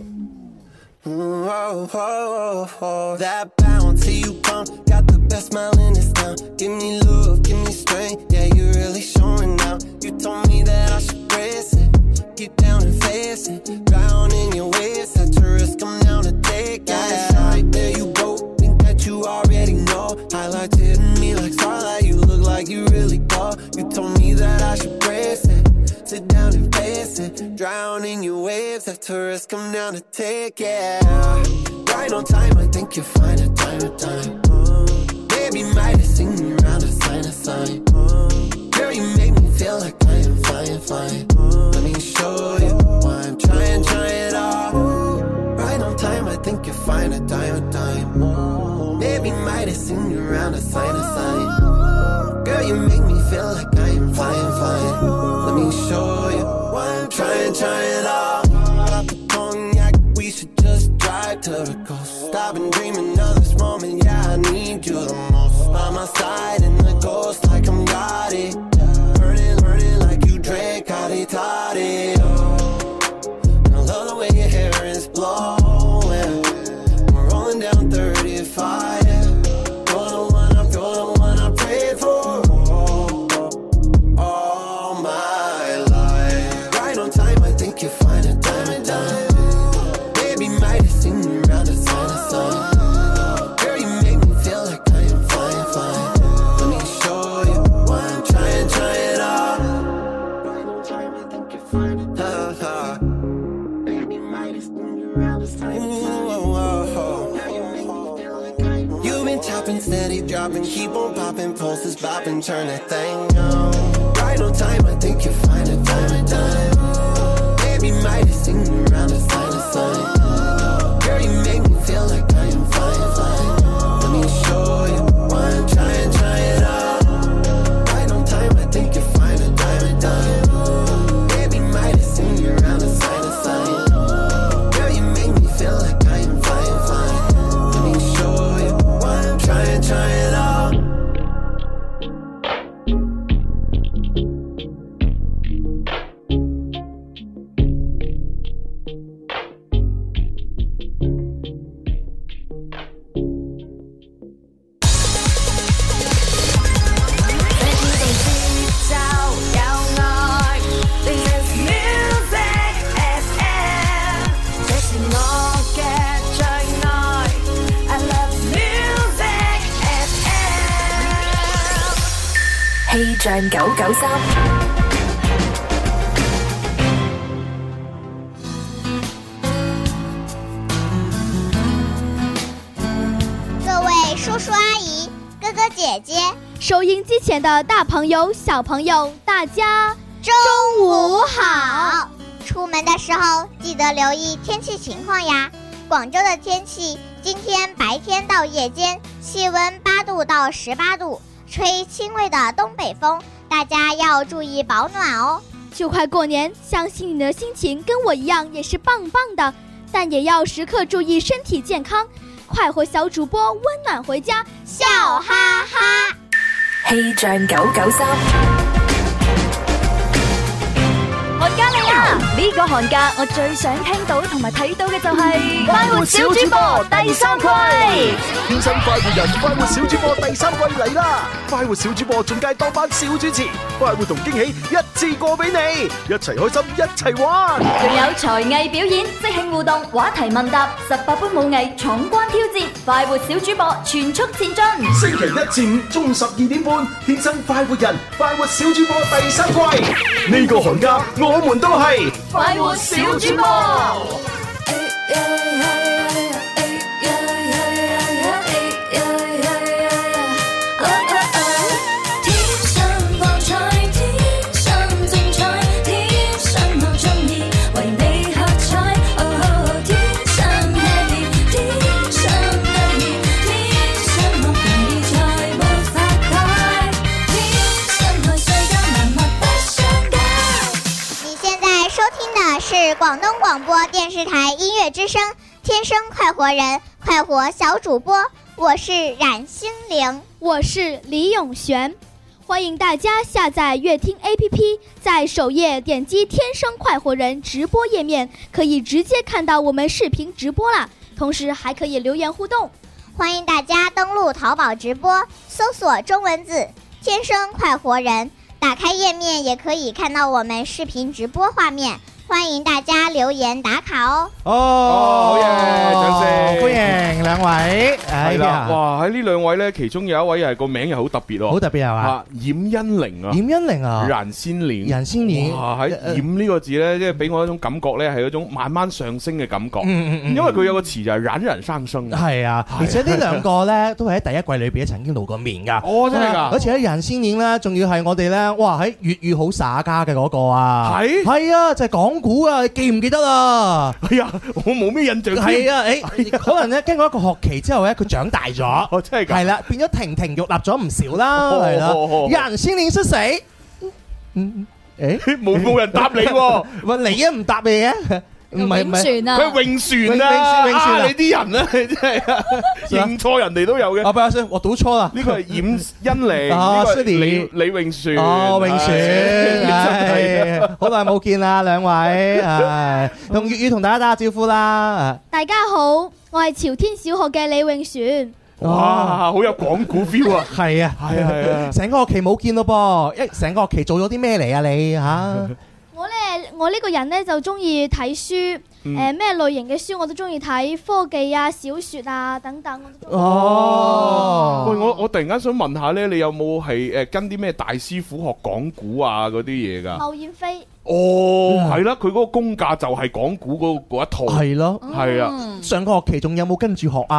！That bounce, see you come, got the best smile in this town. Give me love, give me strength, yeah, you really showing now. You told me that I should brace it, get down and face it. Drown in your waves, that tourists come down to take it. Right there you go, think that you already know. Highlights hitting me like starlight, you look like you really go. You told me that I should brace it, sit down and face it. Drown in your waves, that tourists come down to take it. Right on time, I think you're fine at time to time. Baby, might have seen me around a sign to sign. Girl, you make me feel like I am flying. Let me show you why I'm trying it all. Right on time, I think you're fine at time to time. Baby, might have seen me around a sign to sign. Girl, you make me feel like I am flying. Let me show you why I'm trying it all. Pop the cognac, we should just drive to the coast. I've been dreaming of this moment, yeah, I need you the most. By my side in the ghost like I'm Gotti. Burning like you drank Gotti Toddy. I love the way your hair is blowing. We're rolling down 35. You're the one dropping, keep on popping, pulses popping, turn that thing on. Right on time, I think you'll find a dime. Baby, might have seen you around the sign of sign. Girl, you make me feel like I am flying, flying. Let me show you one, try it out. Right on time, I think you'll find a dime. Baby, might have seen you around the sign of sign. Girl, you make me feel like I am flying, flying. Let me show you one, try it out. 氣象993。 各位叔叔阿姨、哥哥姐姐， 收音机前的大朋友、小朋友，大家中午好！出门的时候记得留意天气情况呀。广州的天气，今天白天到夜间气温8度到18度，吹轻微的东北风，大家要注意保暖哦。 就快过年，相信你的心情跟我一样也是棒棒的，但也要时刻注意身体健康。快活小主播温暖回家，笑哈哈。 氣象993。 寒假嚟啦！呢個寒假我最想聽到同埋睇到嘅就係快活小主播第3季。 天生快活人，快活小主播第3季嚟啦！快活小主播進階當班小主持，快活同驚喜一次過俾你，一齊開心一齊玩。 仲有才藝表演、即興互動、話題問答、18般武藝闖關挑戰，快活小主播全速前進。 星期一至五中午12點半，天生快活人，快活小主播第3季。呢個寒假我們都係快活小主播。 是广东广播电视台音乐之声天生快活人快活小主播，我是冉心凌， 我是李永璇。欢迎大家下载乐听 APP， 在首页点击天生快活人直播页面，可以直接看到我们视频直播啦，同时还可以留言互动。 欢迎大家登录淘宝直播，搜索中文字天生快活人，打开页面也可以看到我们视频直播画面，歡迎大家留言打卡哦！ 好嘢，掌聲！ 歡迎兩位， 係啦，哇！喺呢兩位咧，其中有一位係個名又好特別喎， 好特別係嘛？ 冉欣玲啊， 冉欣玲啊， 冉仙玲， 冉仙玲， 哇！喺冉呢個字咧，即係俾我一種感覺咧，係一種慢慢上升嘅感覺。因為佢有個詞就係冉冉上升。 係啊，而且呢兩個咧都係喺第一季裏邊曾經露過面㗎。 哦，真係㗎！ 而且喺冉仙玲咧，仲要係我哋咧，哇！喺粵語好耍家嘅嗰個啊，係啊，就係講古啊，你記唔記得啊？ 哎呀，我冇咩印象。 係啊，可能咧經過一個學期之後咧，佢長大咗， 哦，真係㗎， 係啦，變咗亭亭玉立咗唔少啦，係啦。冉仙玲是誰？ 冇人答你喎， 喂，你啊唔答你嘅。唔係泳船啊， 佢泳船啊，你啲人咧真係啊，認錯人哋都有嘅。 啊，不好意思，我讀錯啦。 呢個係冉欣玲，呢個係李泳船。 哦，泳船，好耐冇見啦，兩位，用粵語同大家打下招呼啦。 大家好，我係朝天小學嘅李泳船。 哇，好有講古 feel 啊！ 係啊，係啊，係啊，成個學期冇見咯噃，成個學期做咗啲咩嚟啊你嚇？ 我呢個人呢，就中意睇書，咩類型嘅書我都中意睇，科技啊、小説啊等等。 哦，喂，我突然間想問下咧，你有冇係跟啲咩大師傅學講古啊嗰啲嘢㗎？ 劉燕飛。 哦，係啦，佢嗰個功架就係講古嗰一套。 係咯， 係啊。 上個學期仲有冇跟住學啊？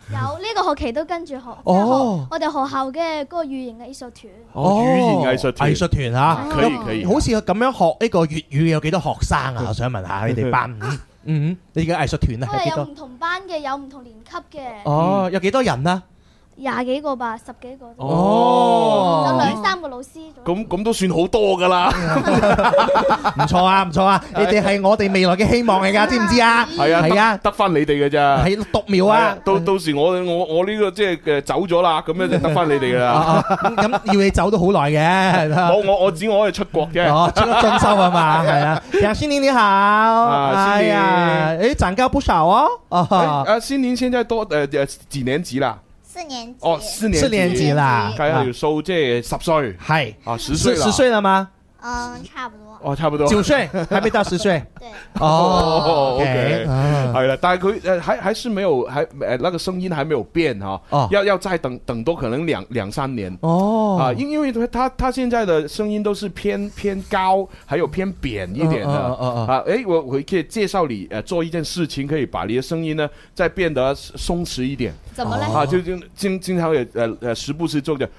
有呢個學期都跟住學， 哦， 我哋學校嘅嗰個語言藝術團。 哦，語言藝術團， 藝術團嚇， 可以。 好似咁樣學呢個粵語有幾多學生啊？我想問下你哋班，你嘅藝術團啊， 我哋有唔同班嘅，有唔同年級嘅。 哦，有幾多人啊 ？20幾個吧，10幾個。 哦， 有2-3個老師。 咁都算好多噶啦， 唔錯啊，唔錯啊！你哋係我哋未來嘅希望嚟㗎，知唔知啊？ 係啊，得翻你哋嘅咋？ 係獨苗啊！ 到時我呢個即係走咗啦，咁樣就得翻你哋㗎啦。 咁要你走都好耐嘅。 我只我可以出國啫。 哦，出咗進修啊嘛，係啊。楊新年你好，哎呀，長高不少哦。 新年現在幾年級啦 ？4年級。 哦，4 年級啦。 計下條數，即係10歲。 係 10歲啦。 10歲了嗎？ 差不多。 哦，差不多 9歲，還沒到10歲。 對。 哦，OK，係啦，但係佢還是沒有，那個聲音還沒有變哈。哦。要再等多可能兩三年。哦。啊，因為他現在的聲音都是偏高，還有偏扁一點的。啊，我可以介紹你做一件事情，可以把你的聲音呢再變得鬆弛一點。 怎麼呢？ 啊，就經常也時不時做嘅。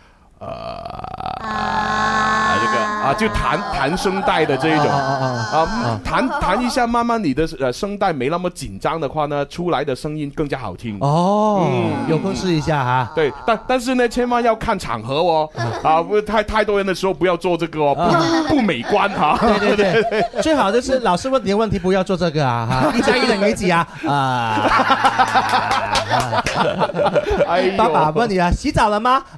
這個啊，就彈聲帶的這一種彈一下，慢慢你的聲帶沒那麼緊張的話呢，出來的聲音更加好聽。 哦，有空試一下哈。 對，但是呢，千萬要看場合哦。啊，不太多人的時候不要做這個哦，不美觀哈。 對對對，最好就是老師問你的問題不要做這個啊哈。1加1等於幾啊？爸爸問你啊，洗澡了嗎？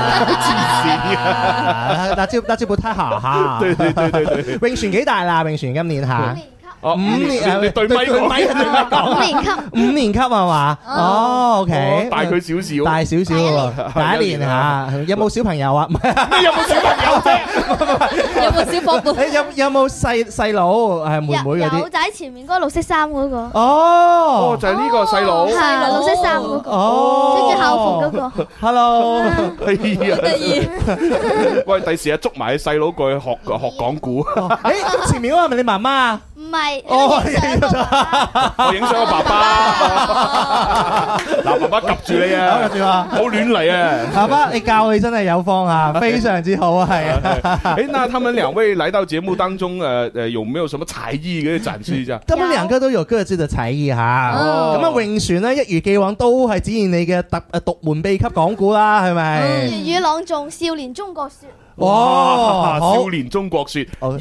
那就不太好哈。對，泳璇幾大啦？泳璇今年吓 5年，你對咪講 5年級係嘛？哦，OK， 大佢少少喎，第一年吓，有冇小朋友啊？ 咩有冇小朋友啫？ 有冇小夥伴？ 有冇細佬係妹妹嗰啲？ 有就喺前面嗰個綠色衫嗰個。 哦， 就係呢個細佬。 係綠色衫嗰個。 哦， 着住校服嗰個。 Hello， 哎呀，得意。喂，第時捉埋細佬過去學講古。 誒，前面嗰個係咪你媽媽啊？ 唔係， 我影相個爸爸，嗱，爸爸及住你啊，好亂嚟啊！ 爸爸，你教佢真係有方啊，非常之好啊，係啊。 誒，那他們兩位來到節目當中，有沒有什麼才藝可以展示一下？ 他們兩個都有各自的才藝嚇。咁啊，泳璇呢，一如既往都係展現你嘅獨門秘笈講古啦，係咪？ 粵語朗誦《少年中國說》。 哇！少年中國說，有，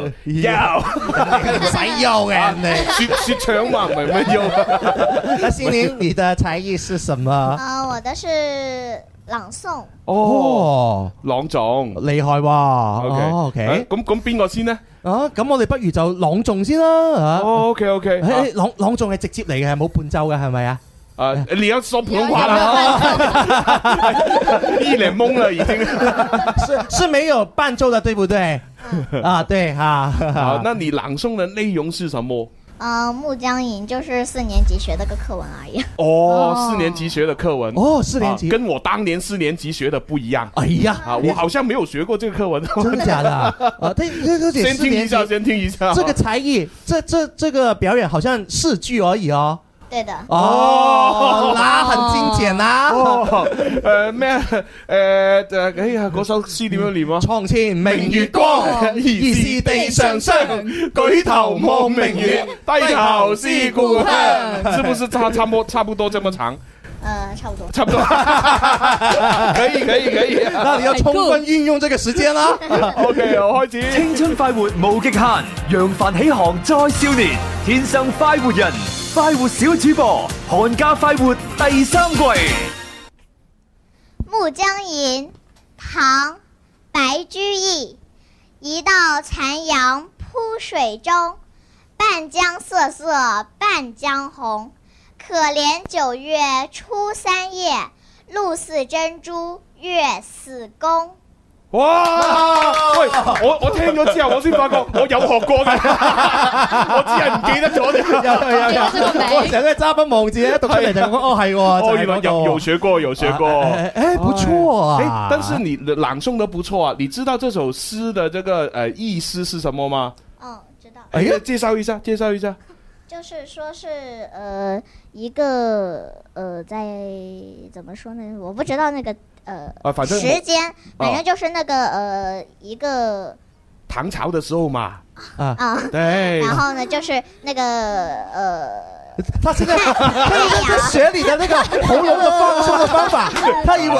唔使有嘅人哋說唱嘛，唔係咩有。 那新年你的才藝是什麼？ 我的是朗誦。 哦， 朗誦厲害喎。OK， 咁邊個先呢？ 咁我哋不如就朗誦先啦。 OK， 朗誦係直接嚟嘅，係冇伴奏嘅，係咪啊？ 你要說普通話啦，一臉懵了已經。 是沒有伴奏的，對不對？對哈。 好，那你朗誦的內容是什麼？ 木江營就是4年級學的個課文而已。 哦，4年級學的課文。 哦，4年級跟我當年4年級學的不一樣。 哎呀， 我好像沒有學過這個課文。 真的假的？ 先聽一下，先聽一下。 這個才藝，這個表演好像4句而已哦。 對的。 哦，那很精簡啦。 咩？哎呀，嗰首詩點樣念啊？ 床前明月光，疑是地上霜。舉頭望明月，低頭思故鄉。 是不是差不多這麼長？ 差不多。 可以。 那你要充分運用這個時間啦。 OK，我開始。 青春快活無極限，揚帆起航再少年，天生快活人。快活小主播，寒假快活第3季。 暮江營，唐，白居易。一道殘陽鋪水中，半江瑟瑟半江紅。可憐9月初3夜，露似珍珠月似弓。 哇！喂，我聽咗之後，我先發覺我有學過嘅，我只係唔記得咗啫。 有，我成日都係揸筆忘字咧，讀出嚟就講係喎。 哦，原來有學過。 不錯啊！ 但是你朗誦得不錯啊！你知道這首詩的這個意思是什麼嗎？ 知道。 介紹一下。 就是说是一个在怎么说呢？我不知道那个反正时间，反正就是那个一个唐朝的时候嘛。 对。然后呢，就是那个他现在在学你的那个喉咙的放松的方法，他以为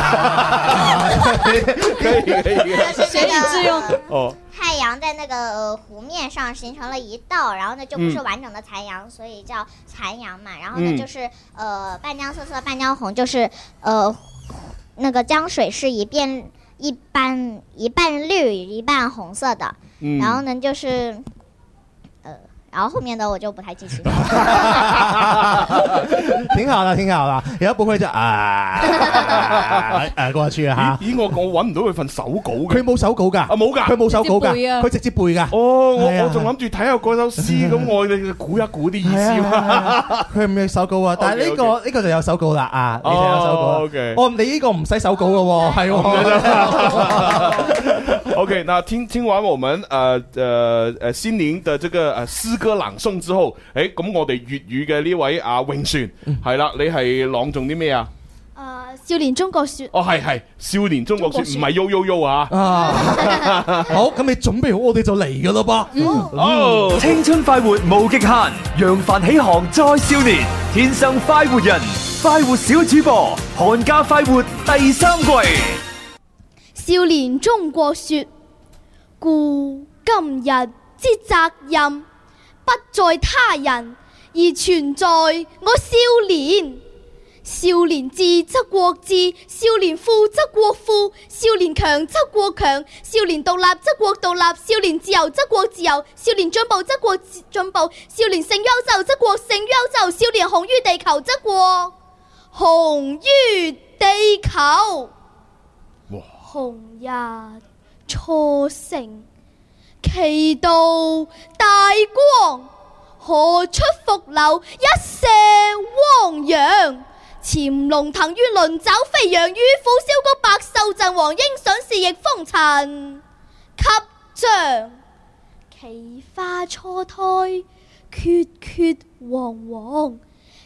可以， 学以致用哦。 太阳在那个湖面上形成了一道，然后呢就不是完整的残阳，所以叫残阳嘛。然后呢就是半江瑟瑟半江红，就是那个江水是一半绿一半红色的。然后呢就是然后后面的我就不太记清了。 挺好的，然後不會就過去嚇。 咦，我揾唔到佢份手稿嘅。 佢冇手稿㗎。 冇㗎。 佢冇手稿㗎。佢直接背㗎。 哦，我仲諗住睇下嗰首詩咁，我哋估一估啲意思。 佢唔係手稿啊，但係呢個就有手稿啦啊！你就有手稿。哦，你呢個唔使手稿嘅喎，係喎。 OK， 那聽完我們心靈的這個詩歌朗誦之後，咁我哋粵語嘅呢位阿詠璇係啦，你係朗誦啲咩啊？ 少年中國説。 哦，係少年中國説，唔係悠悠悠啊！ 好，咁你準備好，我哋就嚟㗎啦噃。 青春快活無極限，揚帆起航再少年，天生快活人，快活小主播，寒假快活第3季。 少年中國説，故今日之責任不在他人，而存在我少年。少年智則國智，少年富則國富，少年強則國強，少年獨立則國獨立，少年自由則國自由，少年進步則國進步，少年性優秀則國性優秀，少年紅於地球則國紅於地球。紅日初升，其道大光，何出伏流，一瀉汪洋。潛龍騰於鱗爪飛揚，與虎蕭谷百獸陣亡，應想是逆風塵給將。奇花初胎，決決惶惶，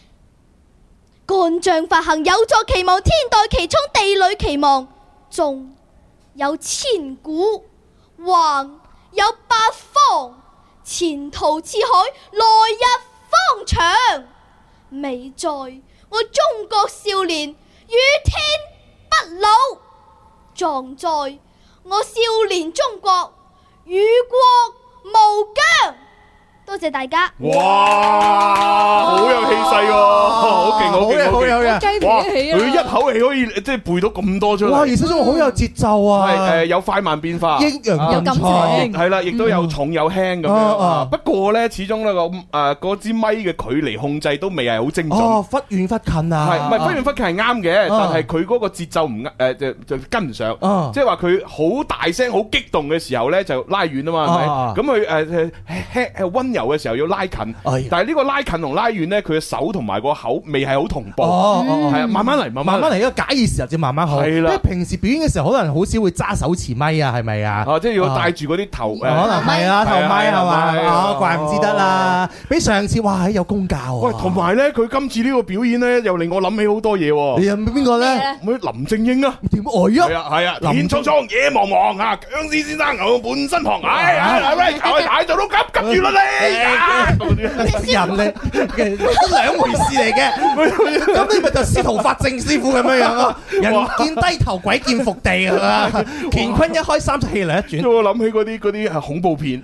幹將發行，有作期望，天待其衝，地裏期望。縱有千古，橫有八方，前途似海，來日方長。美在我中國少年與天不老，壯在我少年中國與國無疆。多謝大家。 哇，好有氣勢喎，好勁，好勁， 好有嘅。哇，佢一口氣可以即係背到咁多出嚟。 哇，而且仲好有節奏啊， 係有快慢變化， 抑揚頓挫， 係啦，亦都有重有輕咁樣。不過咧，始終咧嗰支咪嘅距離控制都未係好精準。 哦，忽遠忽近啊， 係唔係忽遠忽近係啱嘅？但係佢嗰個節奏唔就跟唔上。即係話佢好大聲、好激動嘅時候咧，就拉遠啊嘛，係咪？咁佢輕溫柔嘅時候要拉近，但係呢個拉近同拉遠咧，佢嘅手同埋個口未係好同步，係啊，慢慢嚟，慢慢嚟， 一個假意時候就慢慢好。係啦，因為平時表演嘅時候，可能好少會揸手持咪啊，係咪啊？ 即係要戴住嗰啲頭，可能係啊，頭咪係嘛？怪唔知得啦，比上次哇有功教啊！ 喂，同埋咧，佢今次呢個表演咧，又令我諗起好多嘢喎。 你有邊個咧？ 林正英啊？ 點呆啊？ 係啊，天蒼蒼，野茫茫啊！僵屍先生牛滿身旁，大做都急住啦你！ 人咧，兩回事嚟嘅。咁你咪就司徒法正師傅咁樣樣咯。人見低頭，鬼見伏地啊！乾坤一開三十氣嚟一轉。 我諗起嗰啲係恐怖片，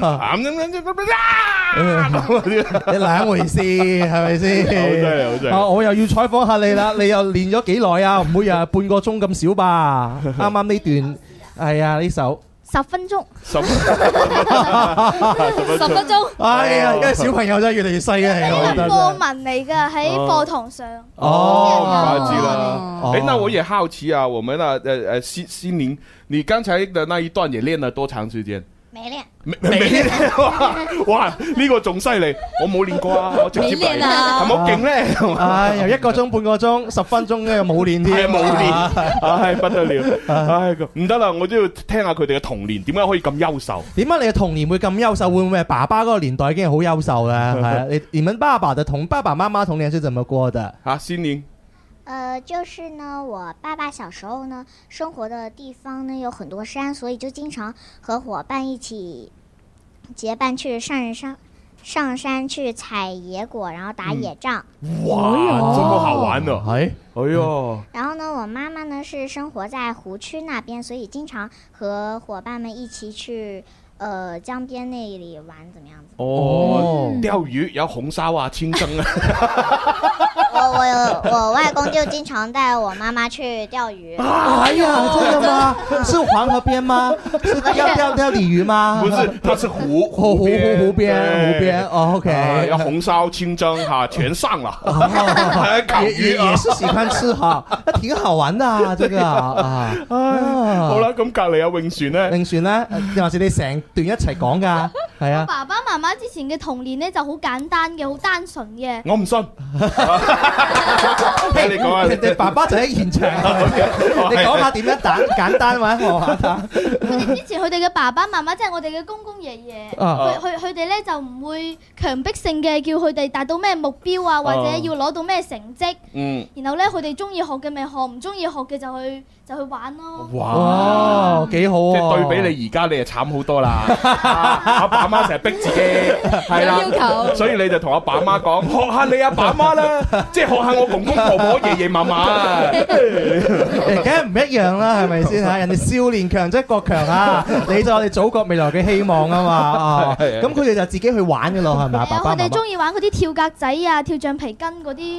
你兩回事係咪先？ 好犀利，好犀利！ 我又要採訪下你啦，你又練咗幾耐啊？唔會又係半個鐘咁少吧？啱啱呢段係啊，呢首。 10分鐘 ，10 分鐘。 哎呀，因為小朋友真係越嚟越細嘅， 呢個課文嚟㗎，喺課堂上。 哦，知啦。那我也好奇啊，我們心靈，你剛才的那一段也練了多長時間？ 沒練， 未哇！呢個仲犀利，我冇練過啊，我直接嚟，係咪好勁咧？ 唉，由1個鐘、半個鐘、10分鐘咧冇練添， 係冇練，唉不得了，唉唔得啦，我都要聽下佢哋嘅童年點解可以咁優秀？ 點解你嘅童年會咁優秀？會唔會係爸爸嗰個年代已經係好優秀咧？係啊，你們爸爸媽媽童年是怎麼過的？ 先年。 就是呢，我爸爸小時候呢，生活的地方呢有很多山，所以就經常和夥伴一起結伴去上山去採野果，然後打野仗。 哇，這麼好玩呢！哎呦。 然後呢，我媽媽呢是生活在湖區那邊，所以經常和夥伴們一起去江邊那裡玩，怎麼樣子？ 哦，釣魚有紅燒啊，清蒸啊。 我外公就經常帶我媽媽去釣魚。 哎呀，真的嗎？是黃河邊嗎？是釣鯉魚嗎？ 不是，它是湖邊。哦，OK， 要紅燒清蒸哈，全上了。 也是喜歡吃哈，挺好玩的啊，這個啊。 好啦，咁隔離有泳船咧， 定還是你成段一齊講㗎？係啊。 爸爸媽媽之前嘅童年咧就好簡單嘅，好單純嘅。 我唔信。你講下， 你爸爸就喺現場，你講下點樣簡單或者學下。 之前佢哋嘅爸爸媽媽即係我哋嘅公公爺爺，佢哋咧就唔會強迫性嘅叫佢哋達到咩目標啊，或者要攞到咩成績。然後咧佢哋中意學嘅咪學，唔中意學嘅就去玩咯。 哇，幾好啊！ 即係對比你而家，你就慘好多啦。阿爸阿媽成日逼自己，係啦， 要求， 所以你就同阿爸阿媽講，學下你阿爸阿媽啦，即係學下我公公婆婆、爺爺嫲嫲。 梗係唔一樣啦，係咪先嚇？人哋少年強則國強啊！你就我哋祖國未來嘅希望啊嘛。咁佢哋就自己去玩嘅咯，係咪啊？爸爸媽媽。 佢哋中意玩嗰啲跳格仔啊、跳橡皮筋嗰啲。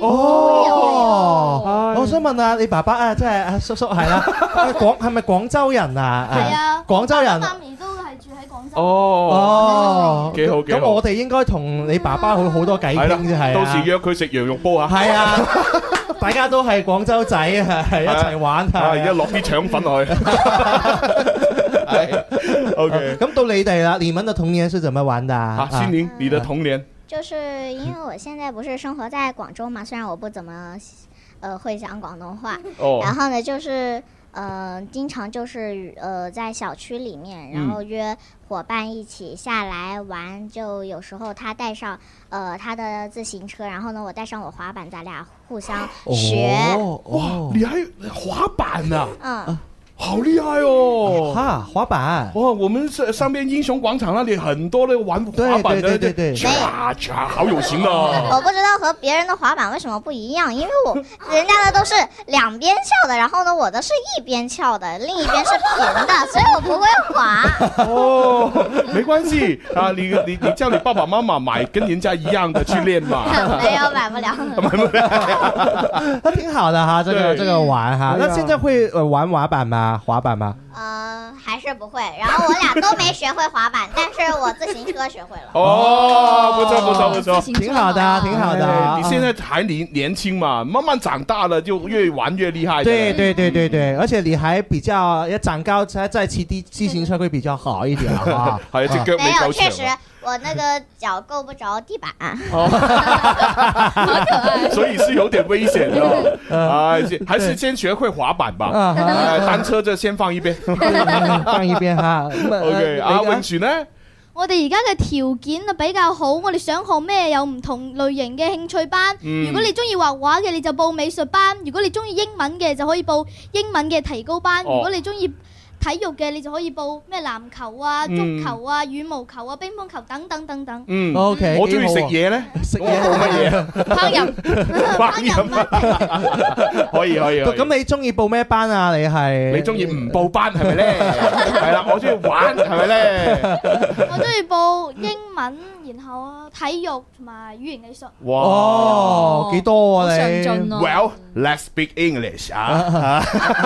我想問下你爸爸啊，即係叔叔係啦，係咪廣州人啊？ 係啊， 廣州人。 媽咪都係住喺廣州。 哦，幾好幾好。 咁我哋應該同你爸爸好多偈傾啫，係。 到時約佢食羊肉煲啊！ 係啊，大家都係廣州仔啊，一齊玩啊！ 而家落啲腸粉落去。OK， 咁到你哋啦，你們的童年是怎麼玩的？ 心靈，你的童年。 就是因為我現在不是生活在廣州嘛，雖然我不怎麼會講廣東話，然後呢就是經常就是在小區裡面，然後約夥伴一起下來玩，就有時候他帶上他的自行車，然後呢我帶上我滑板，咱倆互相學。 哇，你還滑板啊？好厲害哦！ 哈，滑板！ 哇，我們上邊英雄廣場那裡很多那個玩滑板的， 對， 好有型啊！ 我不知道和別人的滑板為什麼不一樣，因為人家的都是兩邊翹的，然後呢我的是一邊翹的，另一邊是平的，所以我不會滑。 哦，沒關係啊，你叫你爸爸媽媽買跟人家一樣的去練嘛。 沒有，買不了。 那挺好的哈，這個玩哈。那現在會玩滑板嗎？滑板嗎？ 還是不會。然後我倆都沒學會滑板，但是我自行車學會了。 哦，不錯， 挺好的，挺好的。 你現在還年輕嘛，慢慢長大了就越玩越厲害。 對，而且你還比較要長高，再騎自行車會比較好一點啊。 係，隻腳未夠長。 確實。我那個腳夠不着地板， 好可愛，所以是有點危險的。還是先學會滑板吧。單車就先放一邊， 放一邊哈。 OK，泳船呢？ 我哋而家嘅條件啊比較好，我哋想學咩有唔同類型嘅興趣班。如果你中意畫畫嘅，你就報美術班；如果你中意英文嘅，就可以報英文嘅提高班。如果你中意體育嘅你就可以報咩籃球啊、足球啊、羽毛球啊、乒乓球等等等等。 OK， 我中意食嘢咧，食嘢報乜嘢？ 烹飪， 可以。 咁你中意報咩班啊？你中意唔報班係咪咧？係啦，我中意玩係咪咧？ 我中意報英文，然後體育同埋語言藝術。 哇，幾多啊你 ？Well, let's speak English 啊。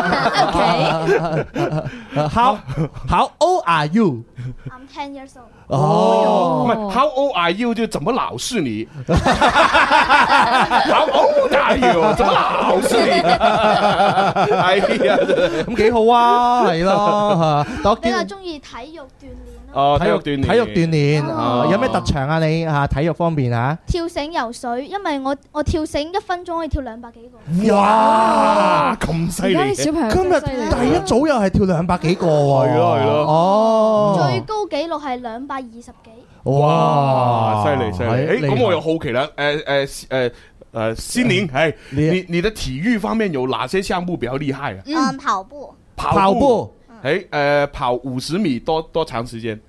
How old are you? I'm 10 years old. 唔係 How old are you 就怎麼老是你？How old are you 怎麼老是你？哎呀， 咁幾好啊，係咯。 比較中意體育鍛鍊咯。 體育鍛煉，有咩特長啊？你體育方面啊？ 跳繩、游水，因為我跳繩1分鐘可以跳200幾個。 哇，咁犀利！ 今日第一組又係跳200幾個喎。 係咯。 哦。 最高紀錄係220幾。 哇，犀利！咁我又好奇啦，心靈，你的體育方面有哪些項目比較厲害啊？ 跑步。 跑步。 跑50米多長時間？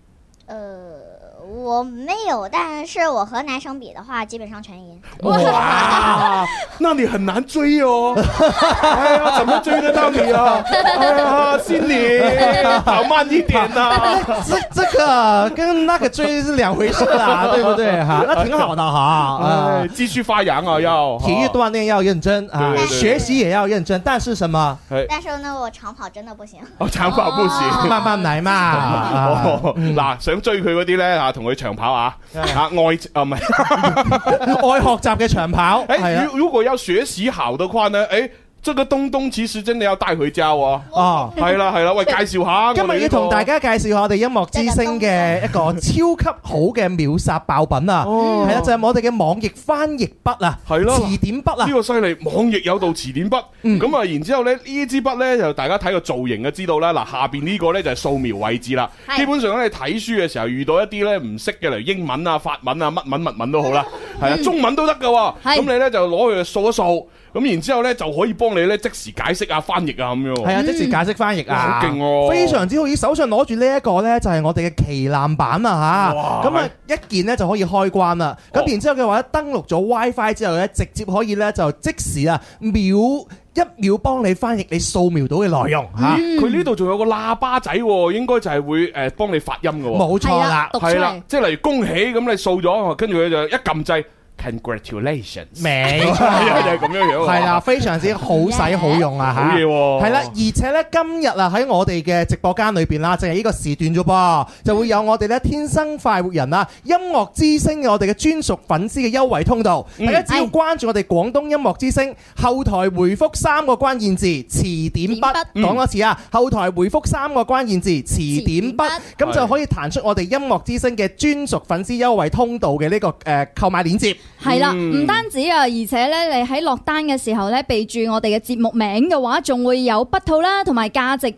我沒有，但是我和男生比的話，基本上全贏。 哇，那你很難追哦！哎呀，怎麼追得到你啊？哎呀，心理跑慢一點啊！ 這個跟那個追是兩回事啦，對不對？哈，那挺好的哈。 繼續發揚啊，要體育鍛煉要認真啊，學習也要認真。但是什麼？ 但是呢，我長跑真的不行。 長跑不行， 慢慢來嘛。 嗱，想追佢嗰啲咧嚇，同佢長跑啊！愛學習嘅長跑。 如果要學習好的話呢？這個東東其實真的要帶回家喎。哦，係啦，喂，介紹下。 今日要同大家介紹下我哋音樂之聲嘅一個超級好嘅秒殺爆品啊！係啦，就係我哋嘅網易翻譯筆啊，係咯，詞典筆啊， 呢個犀利，網易有道詞典筆。咁啊，然之後咧呢支筆咧就大家睇個造型就知道啦。嗱，下邊呢個咧就係掃描位置啦。基本上咧你睇書嘅時候遇到一啲咧唔識嘅，例如英文啊、法文啊、乜文物文都好啦，係啊，中文都得噶。咁你咧就攞佢掃一掃。咁然之後咧就可以幫你咧即時解釋啊、翻譯啊咁樣。 係啊，即時解釋翻譯啊， 好勁喎！ 非常之好。以手上攞住呢一個咧，就係我哋嘅旗艦版啊嚇。咁啊一件咧就可以開關啦。咁然之後嘅話咧，登錄咗 WiFi 之後咧，直接可以咧就即時啊一秒幫你翻譯你掃描到嘅內容嚇。 佢呢度仲有個喇叭仔喎，應該就係會幫你發音嘅喎。 冇錯啦， 係啦，即係例如恭喜咁你掃咗，跟住佢就一撳掣。Congratulations， 明就係咁樣樣， 係啦，非常之好使好用啊嚇， 好嘢喎， 係啦，而且咧今日啊喺我哋嘅直播間裏邊啦，淨係呢個時段啫噃，就會有我哋咧天生快活人啊音樂之聲嘅我哋嘅專屬粉絲嘅優惠通道，大家只要關注我哋廣東音樂之聲後台回覆3個關鍵字詞典筆，講多次啊，後台回覆3個關鍵字詞典筆，咁就可以彈出我哋音樂之聲嘅專屬粉絲優惠通道嘅呢個購買鏈接。 係啦，唔單止啊，而且咧，你喺落單嘅時候咧，備註我哋嘅節目名嘅話，仲會有筆套啦，同埋價值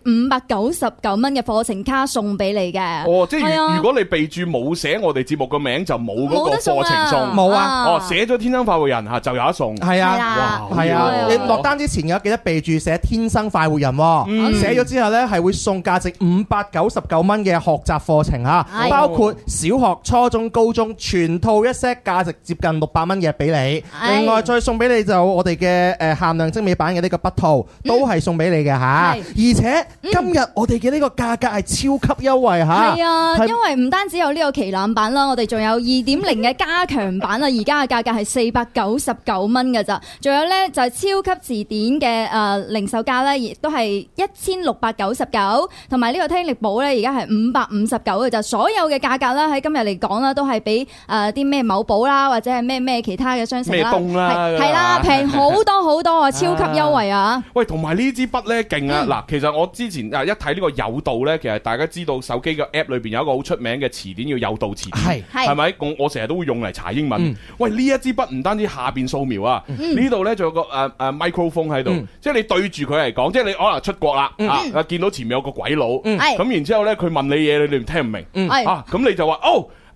599蚊嘅課程卡送俾你嘅。 哦，即係如果你備註冇寫我哋節目嘅名，就冇嗰個課程送。 冇啊！ 哦，寫咗天生快活人嚇就有得送。 係啊，係啊，你落單之前嘅記得備註寫天生快活人喎。寫咗之後咧，係會送價值599蚊嘅學習課程嚇，包括小學、初中、高中全套一 set，價值接近600蚊嘅俾你，另外再送俾你就我哋嘅限量精美版嘅呢個筆套，都係送俾你嘅嚇。而且今日我哋嘅呢個價格係超級優惠嚇。 係啊，因為唔單止有呢個旗艦版啦，我哋仲有2.0嘅加強版啊，而家嘅價格係499蚊㗎咋。仲有呢就係超級詞典嘅零售價呢，亦都係1699，同埋呢個聽力簿呢，而家係559嘅咋。所有嘅價格啦，喺今日嚟講啦，都係比啲咩某寶啦，或者係咩其他嘅商城啦，係啦，平好多好多啊，超級優惠啊！ 喂，同埋呢支筆咧勁啊！嗱，其實我之前一睇呢個有道咧，其實大家知道手機嘅 app 裏邊有一個好出名嘅詞典叫有道詞典，係咪？我成日都會用嚟查英文。喂，呢一支筆唔單止下邊掃描啊，呢度咧仲有個microphone 喺度，即係你對住佢嚟講，即係你可能出國啦啊，見到前面有個鬼佬，咁然之後咧佢問你嘢，你唔聽唔明啊，咁你就話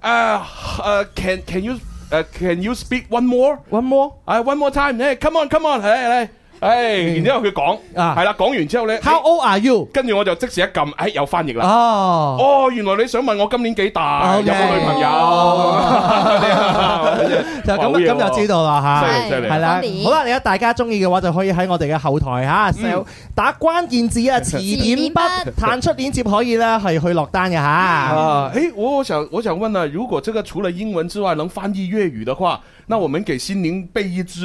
can you speak one more? One more? One more time. Hey, come on,嚟。然之後佢講，係啦，講完之後咧 ，How old are you？ 跟住我就即時一撳，有翻譯啦。原來你想問我今年幾大，有冇女朋友？ 就咁就知道啦嚇， 係啦。好啦，你大家中意嘅話，就可以喺我哋嘅後台嚇，打關鍵字啊，詞典筆，彈出鏈接可以咧係去落單嘅嚇。 我想問啊，如果這個除了英文之外能翻譯粵語的話，那我們給心靈備一支。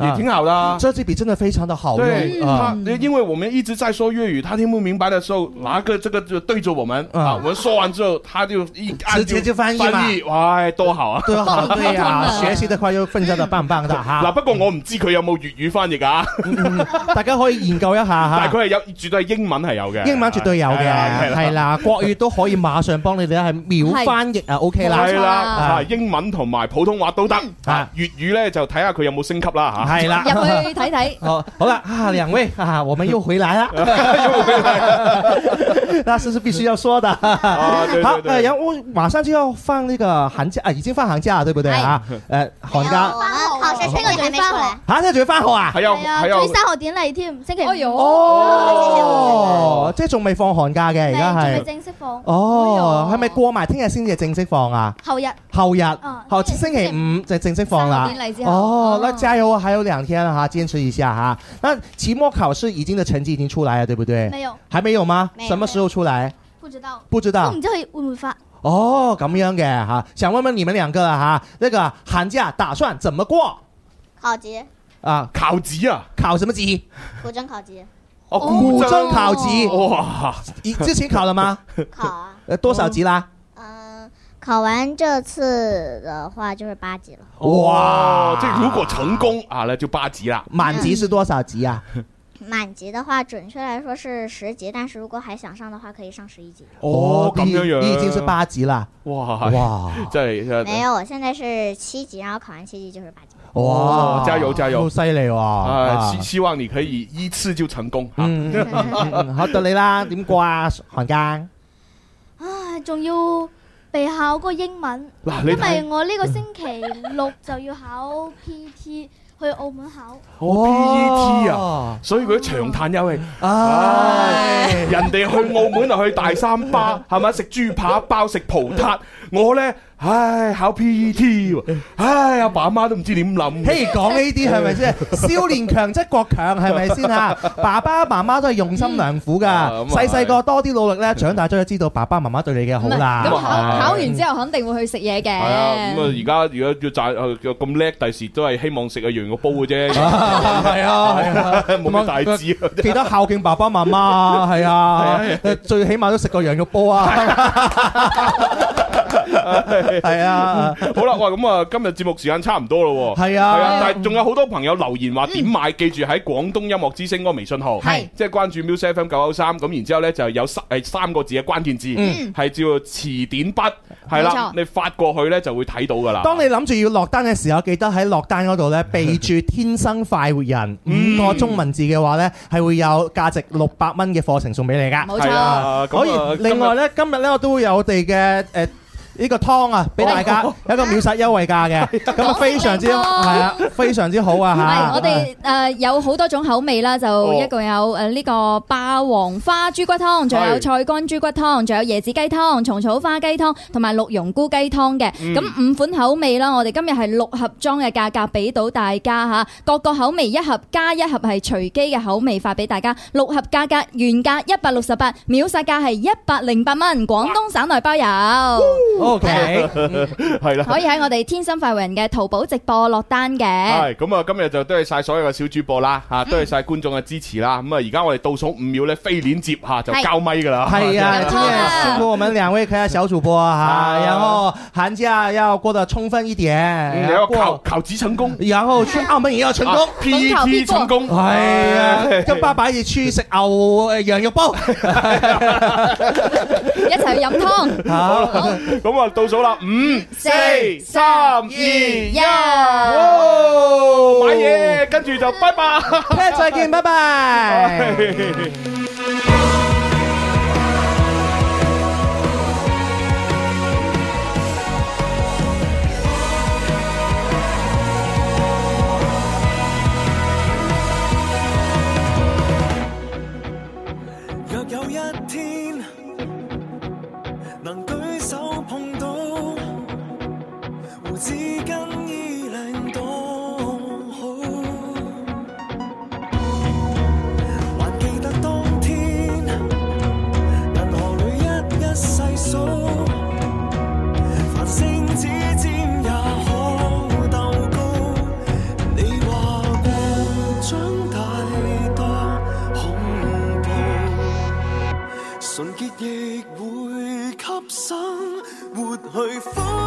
也挺好的。 这支笔真的非常的好用。 因为我们一直在说粤语，他听不明白的时候，拿个这个就对着我们啊，我们说完之后，他就一按直接就翻译嘛。 哇，多好啊！ 多好，對啊，學習得快又分享得棒棒的嚇。 嗱，不過我唔知佢有冇粵語翻譯啊。 大家可以研究一下嚇。 但係佢係有，絕對係英文係有嘅。 英文絕對有嘅，係啦，國語都可以馬上幫你哋係秒翻譯啊 ，OK 啦。 係啦，英文同埋普通話都得。啊，粵語咧就睇下佢有冇升級啦嚇。 係啦， 入去睇睇。 好啦，兩位我們又回來啦。 又回來， 那是必須要說的。好，然後我馬上就要放那個寒假啊，已經放寒假了，對不對啊？寒假考試聽日仲未出嚟。 嚇，聽日仲要翻學啊？ 係啊， 仲要3號典禮添，星期5。 哦，即係仲未放寒假嘅，而家係。 仲未正式放。 哦，係咪過埋聽日先至正式放啊？ 後日， 星期5就正式放啦。 典禮之後。 哦，那加油啊，還有2天哈，堅持一下哈。那期末考試已經的成績已經出來了，對不對？ 沒有。 還沒有嗎？什麼時候出來？不知道。 都唔知佢會唔會發。 哦，咁樣嘅哈，想問問你們兩個哈，那個寒假打算怎麼過？ 考級啊， 考級啊， 考什麼級？ 古箏考級。 哦，古箏考級， 哇！ 之前考了嗎？ 考啊。 多少級啦？ 考完這次的話就是8級了。 哇！這如果成功啊，那就8級啦。 滿級是多少級啊？ 滿級的話，準確來說是10級，但是如果還想上的話，可以上11級。 哦，咁樣樣， 你已經是8級啦。哇！ 真係沒有，我現在是7級，然後考完7級就是8級。 哇！加油加油！ 好犀利喎！ 希望你可以依次就成功。 好，到你啦，點過啊寒假？ 仲要備考個英文，因為我呢個星期6就要考 PET。去澳門考 PET 啊，所以佢長嘆有氣。人哋去澳門就去大三巴，係咪食豬扒包食葡撻？我咧，考 PET 喎，阿爸阿媽都唔知點諗。 嘿，講呢啲係咪先？少年強則國強係咪先嚇？爸爸媽媽都係用心良苦㗎，細個多啲努力咧，長大咗就知道爸爸媽媽對你嘅好啦。 咁考完之後肯定會去食嘢嘅。 係啊，咁啊而家如果要賺咁叻，第時都係希望食羊肉煲嘅啫。係啊，冇乜大志。 記得孝敬爸爸媽媽，係啊，最起碼都食個羊肉煲啊。係啊， 好啦，哇，咁啊，今日節目時間差唔多咯。係啊，但係仲有好多朋友留言話點買，記住喺廣東音樂之聲嗰個微信號，係即係關注 Music FM 993，咁然之後咧就有3個字嘅關鍵字，係叫做詞典筆，係啦，你發過去咧就會睇到噶啦。 當你諗住要落單嘅時候，記得喺落單嗰度咧備注天生快活人5個中文字嘅話咧，係會有價值600蚊嘅課程送俾你噶。 冇錯。 可以，另外咧今日咧我都會有我哋嘅呢個湯啊，俾大家有一個秒殺優惠價嘅，咁啊非常之係啊，非常之好啊嚇！ 係我哋有好多種口味啦，就一共有呢個霸王花豬骨湯，仲有菜乾豬骨湯，仲有椰子雞湯、蟲草花雞湯同埋綠蓉菇雞湯嘅。咁5款口味啦，我哋今日係6盒裝嘅價格俾到大家嚇，各個口味1盒加1盒係隨機嘅口味發俾大家，6盒價格原價168，秒殺價係108蚊，廣東省內包郵。 OK， 係啦， 可以喺我哋天生快活人嘅淘寶直播落單嘅。係咁啊，今日就多謝晒所有嘅小主播啦，吓多謝晒觀眾嘅支持啦。咁啊，而家我哋倒數5秒咧，飛鏈接吓就交咪噶啦。 係啊，今日辛苦我們2位可愛小主播哈，然後寒假要過得充分一點， 然後考級成功， 然後去澳門也要成功 ，PET 成功。 係啊，跟爸爸一起去食羊肉煲， 一齊去飲湯。 好，咁啊倒數啦，5、4、3、2、1，買嘢，跟住就拜拜， 聽日再見，拜拜。 若有一天能舉手碰到胡子跟衣領多好，還記得當天銀河裏一細數，繁星指尖也可鬥高，你話過亦會給生活去歡